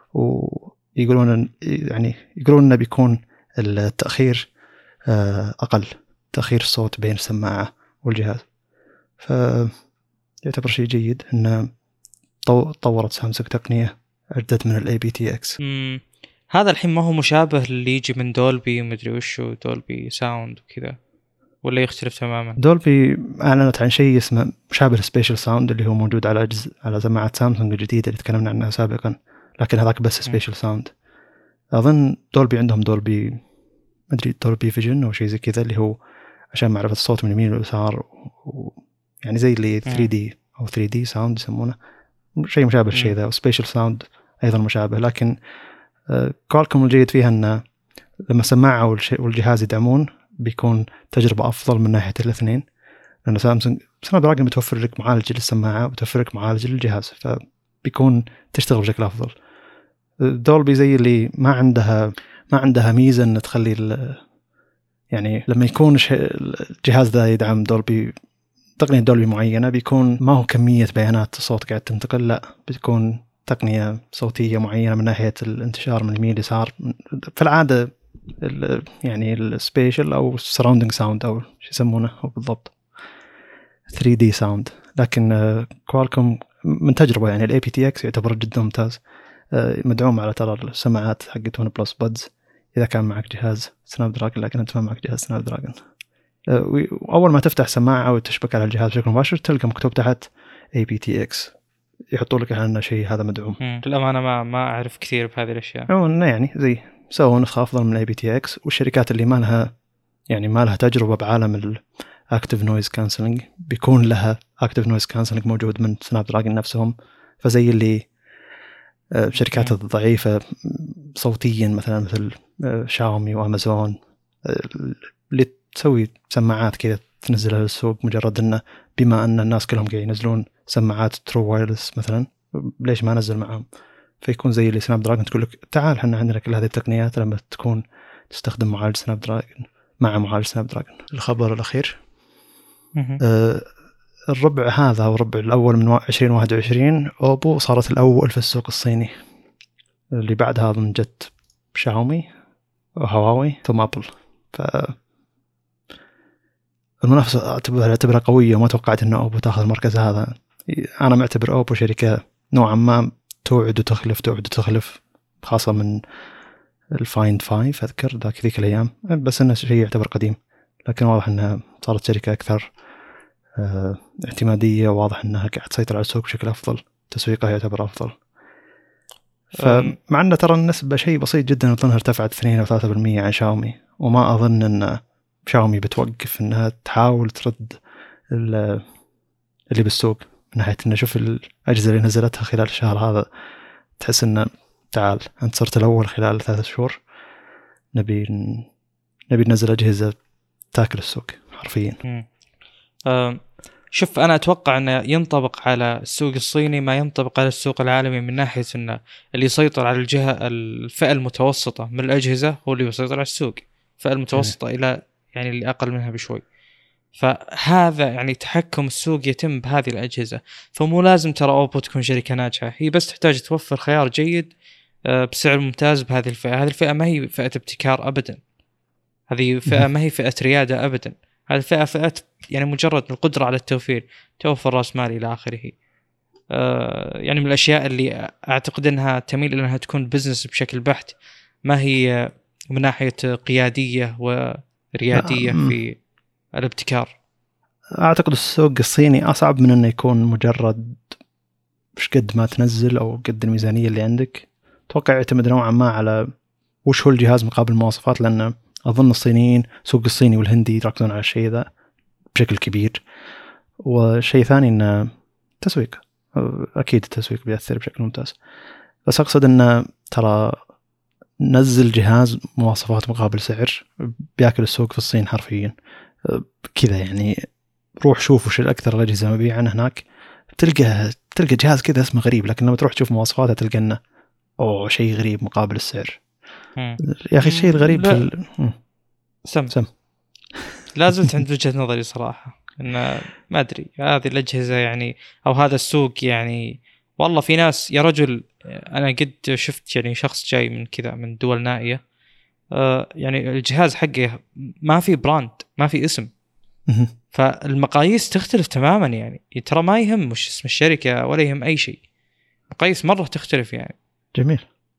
ويقولون إنه بيكون التأخير أقل، تأخير الصوت بين السماعة والجهاز. فيعتبر شيء جيد إن طورت سامسونج تقنية أجدد من ال aptX. هذا الحين ما هو مشابه اللي يجي من دولبي ومدري وشو دولبي ساوند وكذا، ولا يختلف تماما؟ دولبي أعلنت عن شيء اسمه مشابه سبيشال ساوند اللي هو موجود على سماعات سامسونج الجديدة اللي تكلمنا عنها سابقا، لكن هذاك بس سبيشال ساوند. أظن دولبي عندهم دولبي فيجن أو شيء زي كذا، اللي هو عشان معرفة الصوت من اليمين واليسار، يعني زي اللي 3D أو 3D ساوند يسمونه، شيء مشابه الشيء ذا. وسبيشال ساوند أيضا مشابه، لكن كوالكوم الجيد فيها أن لما سماعة والجهاز يدعمون بيكون تجربة أفضل من ناحية الاثنين، لأن سامسونج سناب دراجون بتوفر لك معالج للسماعة وبتوفر لك معالج للجهاز، فبيكون تشتغل بشكل أفضل. دولبي زي اللي ما عندها ميزة أن تخلي يعني لما يكون الجهاز ذا يدعم دولبي، تقنية دولبي معينة، بيكون ما هو كمية بيانات الصوت قاعد تنتقل، لا بتكون تقنية صوتية معينة من ناحية الانتشار من اليمين لليسار. في العادة يعني السبيشال أو السراوندينج ساوند أو شو يسمونه هو بالضبط 3D ساوند. لكن كوالكوم من تجربة يعني ال aptX يعتبر جدا ممتاز، مدعوم على ترى السماعات حقت ون بلس بادز إذا كان معك جهاز سناب دراجون، لكن أنت ما معك جهاز سناب دراجون. وأول ما تفتح سماعة وتشبك على الجهاز بشكل مباشر تلقى مكتوب تحت aptX، يحطوا لك على شيء هذا مدعوم. للأمانة ما أعرف كثير بهذه الأشياء. يعني زي سووا نسخة أفضل من aptX، والشركات اللي ما لها تجربة بعالم الأكتيف نويز كانسلنج بيكون لها أكتيف نويز كانسلنج موجود من سناب دراجون نفسهم. فزي اللي شركات الضعيفة صوتيا مثلا مثل شاومي وأمازون اللي تسوي سماعات كذا تنزلها للسوق، مجرد انه بما ان الناس كلهم قاعد ينزلون سماعات ترو وايرلس مثلا، ليش ما انزل معهم؟ فيكون زي اللي سناب دراجون تقول لك تعال احنا عندنا كل هذه التقنيات لما تكون تستخدم معالج سناب دراجون مع معالج سناب دراجون. الخبر الأخير الربع هذا أو الربع الأول من 2021 أوبو صارت الأول في السوق الصيني، اللي بعد هذا من جت شاومي وهواوي ثم أبل. المنافسة أعتبرها قوية، وما توقعت أن أوبو تأخذ المركز هذا. أنا معتبر أوبو شركة نوعا ما توعد وتخلف خاصة من الفايند 5 أذكر ذيك الأيام، بس إنه شيء يعتبر قديم، لكن واضح إنها صارت شركة أكثر اعتمادية، واضح إنها قاعد تسيطر على السوق بشكل أفضل، تسويقها يعتبر أفضل. فمع أن ترى النسبة شيء بسيط جدا، أظنها ارتفعت 2 أو 3% عن شاومي، وما أظن أن شاومي بتوقف إنها تحاول ترد اللي بالسوق، من ناحية إنه شوف الأجهزة اللي نزلتها خلال الشهر هذا، تحس إنه تعال أنت صرت الأول خلال 3 شهور، نبي ننزل أجهزة تاكل السوق حرفيا. شوف أنا أتوقع أنه ينطبق على السوق الصيني ما ينطبق على السوق العالمي، من ناحية أنه اللي يسيطر على الفئة المتوسطة من الأجهزة هو اللي يسيطر على السوق، الفئة المتوسطة إلى يعني اللي أقل منها بشوي. فهذا يعني تحكم السوق يتم بهذه الأجهزة. فمو لازم ترى أوبو تكون شركة ناجحة، هي بس تحتاج توفر خيار جيد بسعر ممتاز بهذه الفئة. هذه الفئة ما هي فئة ابتكار أبدا، هذه فئة ما هي فئة ريادة أبدا، هذه فئة يعني مجرد القدرة على التوفير، توفر رأس مال إلى آخره. يعني من الأشياء اللي أعتقد أنها تميل إلى أنها تكون بزنس بشكل بحت، ما هي من ناحية قيادية وريادية في الابتكار. أعتقد السوق الصيني أصعب من أنه يكون مجرد مش قد ما تنزل أو قد الميزانية اللي عندك. توقع يعتمد نوعا ما على وش هو الجهاز مقابل المواصفات، لأن أظن الصينيين سوق الصيني والهندي يركزون على الشيء ذا بشكل كبير. وشيء ثاني أن تسويق، أكيد التسويق بيأثر بشكل ممتاز، بس أقصد أن ترى نزل جهاز مواصفات مقابل سعر بيأكل السوق في الصين حرفيا كذا. يعني روح شوف وش الأكثر الأجهزة مبيعاً هناك، تلقى جهاز كذا اسمه غريب، لكن لما تروح تشوف مواصفاته تلقى إنه شيء غريب مقابل السعر. يا أخي الشيء الغريب سم لازلت عند وجهة نظري صراحة إنه ما أدري هذه الأجهزة يعني أو هذا السوق، يعني والله في ناس يا رجل، أنا قد شفت يعني شخص جاي من كذا من دول نائية، يعني الجهاز حقه ما في براند، ما في اسم، فالمقاييس تختلف تماما. يعني ترى ما يهم وش اسم الشركة ولا يهم أي شيء، مقاييس مرة تختلف يعني. جميل.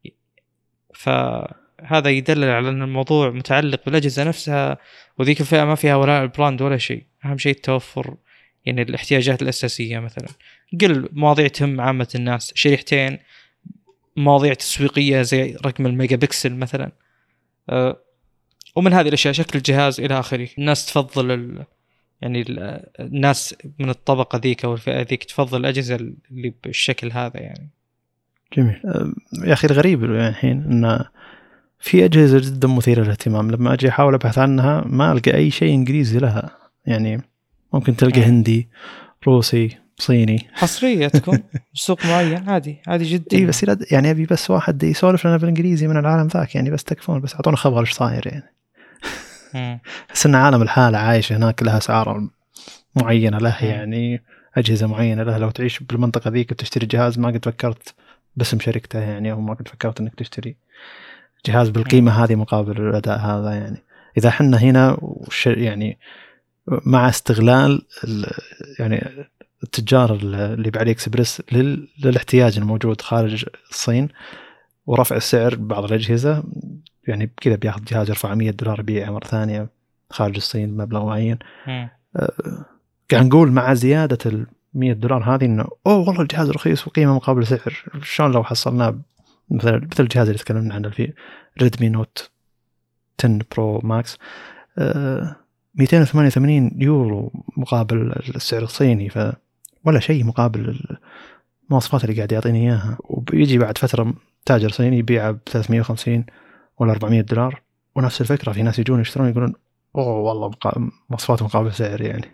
فهذا يدلل على أن الموضوع متعلق بالأجهزة نفسها، وذيك الفئة ما فيها ولا البراند ولا شيء، أهم شيء التوفر، يعني الاحتياجات الأساسية. مثلا قل مواضيع تهم عامة الناس، شريحتين، مواضيع تسويقية زي رقم الميجا بكسل مثلا، ومن هذه الأشياء شكل الجهاز إلى آخره. الناس تفضل يعني الناس من الطبقة ذيك أو الفئة ذيك تفضل الأجهزة اللي بالشكل هذا يعني. جميل. يا أخي الغريب الحين إن في أجهزة جدا مثيرة للاهتمام، لما أجي أحاول أبحث عنها ما ألقى أي شيء إنجليزي لها. يعني ممكن تلقى هندي، روسي، صيني، حصرية تكون سوق معين، عادي جدا. إيه بس يعني أبي بس واحد يسولف لنا بالإنجليزي من العالم ذاك، يعني بس تكفون، بس أعطونا خبر إيش صاير يعني. حس إن عالم الحالة عايش هناك، لها أسعار معينة له، يعني أجهزة معينة له. لو تعيش بالمنطقة ذيك وتشتري جهاز ما قد فكرت باسم شركته يعني، أو ما قد فكرت إنك تشتري جهاز بالقيمة هذه مقابل الأداء هذا. يعني إذا حنا هنا يعني مع استغلال يعني التجار اللي بعلي اكسبرس للاحتياج الموجود خارج الصين، ورفع السعر بعض الأجهزة، يعني كذا بياخذ جهاز يرفع $100 يبيعه مرة ثانية خارج الصين بمبلغ معين. قاعد نقول مع زيادة $100 هذه إنه والله الجهاز رخيص وقيمة مقابل سعر. شلون لو حصلناه مثل الجهاز اللي تكلمنا عنه في ريدمي نوت 10 برو ماكس، €288 مقابل السعر الصيني، ولا شيء مقابل المواصفات اللي قاعد يعطيني إياها. وبيجي بعد فترة تاجر صيني يبيعه $350 ولا $400، ونفس الفكرة في ناس يجون يشترون يقولون والله مواصفات مقابل سعر يعني.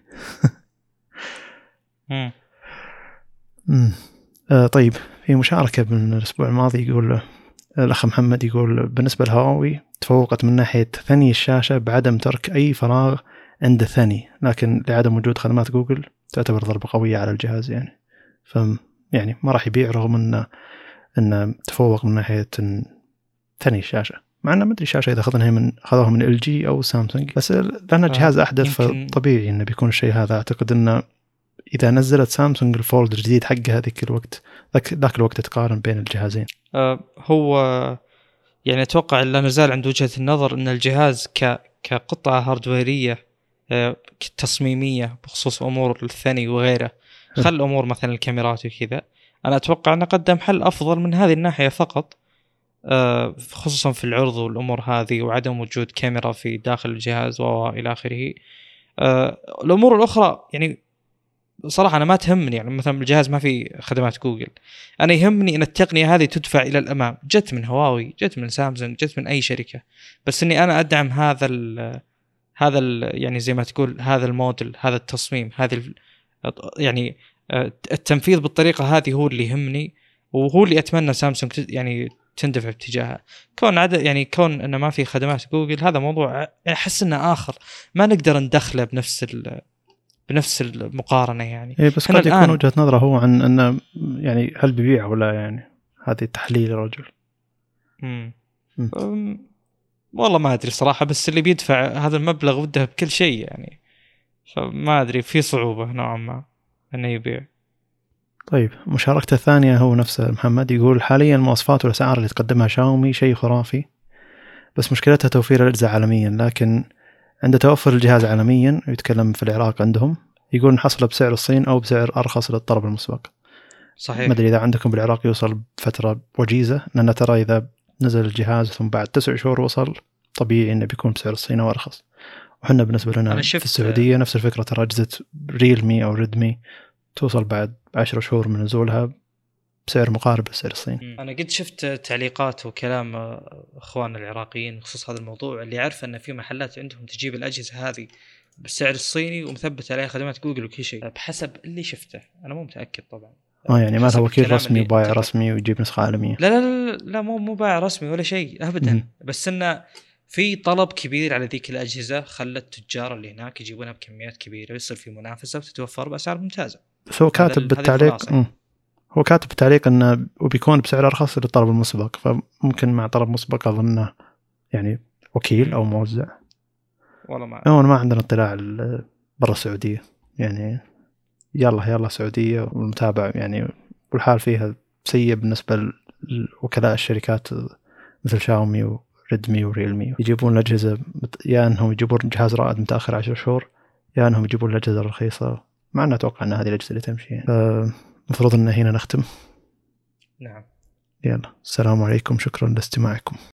طيب في مشاركة من الأسبوع الماضي يقول الأخ محمد يقول بالنسبة لهواوي تفوقت من ناحية ثني الشاشة بعدم ترك أي فراغ عند الثني، لكن لعدم وجود خدمات جوجل تعتبر ضربة قوية على الجهاز يعني. يعني ما راح يبيع رغم إنه تفوق من ناحية ثني الشاشة، مع إنه ما أدري الشاشة إذا أخذوها من LG أو سامسونج، بس لأن الجهاز أحدث فطبيعي إنه بيكون الشيء هذا. أعتقد إنه إذا نزلت سامسونج الفولد الجديد حقها ذاك الوقت تقارن بين الجهازين. هو يعني أتوقع لا نزال عند وجهة النظر أن الجهاز كقطعة هاردويرية تصميمية بخصوص أمور الثاني وغيره، خل أمور مثلا الكاميرات وكذا، أنا أتوقع أنه قدم حل أفضل من هذه الناحية فقط، خصوصا في العرض والأمور هذه وعدم وجود كاميرا في داخل الجهاز وإلى آخره. الأمور الأخرى يعني صراحة أنا ما تهمني، يعني مثلا الجهاز ما في خدمات جوجل، أنا يهمني أن التقنية هذه تدفع إلى الأمام، جت من هواوي، جت من سامسونج، جت من أي شركة، بس إني أنا أدعم هذا يعني زي ما تقول هذا الموديل، هذا التصميم، يعني التنفيذ بالطريقة هذه هو اللي يهمني، وهو اللي أتمنى سامسونج يعني تندفع باتجاهها. كون أنه ما في خدمات جوجل هذا موضوع أحس إنه آخر ما نقدر ندخله بنفس المقارنة يعني. بس قد يكون وجهة نظره هو عن أنه يعني هل بيبيع ولا، يعني هذه تحليل الرجل. والله ما أدري صراحة، بس اللي بيدفع هذا المبلغ وده بكل شيء يعني، فما أدري في صعوبة نوعا ما أنه يبيع. طيب مشاركته الثانية هو نفس محمد يقول حاليا المواصفات والأسعار اللي تقدمها شاومي شيء خرافي، بس مشكلتها توفير الأجهزة عالميا، لكن عند توفر الجهاز عالميا يتكلم في العراق عندهم يقول نحصله بسعر الصين أو بسعر أرخص للطلب المسبق. صحيح. ما أدري إذا عندكم بالعراق يوصل بفترة وجيزة، لأن ترى إذا نزل الجهاز ثم بعد 9 شهور وصل طبيعي إنه بيكون بسعر الصين أو أرخص. وحنا بالنسبة لنا في السعودية نفس الفكرة، ترى أجهزة ريلمي أو ريدمي توصل بعد 10 شهور من نزولها بسعر مقارب لسعر الصين. أنا قد شفت تعليقات وكلام أخوان العراقيين بخصوص هذا الموضوع، اللي عارف أن في محلات عندهم تجيب الأجهزة هذه بالسعر الصيني ومثبت عليها خدمات جوجل وكل شيء، بحسب اللي شفته، أنا مو متأكد طبعا. يعني ما هو وكيل رسمي وبائع رسمي ويجيب نسخة عالمية؟ لا مو بائع رسمي ولا شيء أبدا. بس إنه في طلب كبير على ذيك الأجهزة، خلت التجار اللي هناك يجيبونها بكميات كبيرة، يصير في منافسة وتتوفر بأسعار ممتازة. بس هو كاتب بالتعليق هو كاتب بالتعليق انه وبيكون بسعر ارخص للطلب المسبق، فممكن مع طلب مسبق اظنه يعني وكيل او موزع. والله ما عندنا اطلاع برا السعوديه يعني. يلا سعوديه والمتابع يعني، والحال فيها سيء بالنسبه لوكلاء الشركات مثل شاومي وريدمي وريلمي، يجيبون الاجهزه يا انهم يجيبون جهاز رائد متاخر 10 شهور، يا انهم يجيبون الاجهزه الرخيصه، مع ان اتوقع ان هذه الاجهزه اللي تمشي يعني. مفروض ان هنا نختم. نعم. يلا السلام عليكم، شكرا لاستماعكم.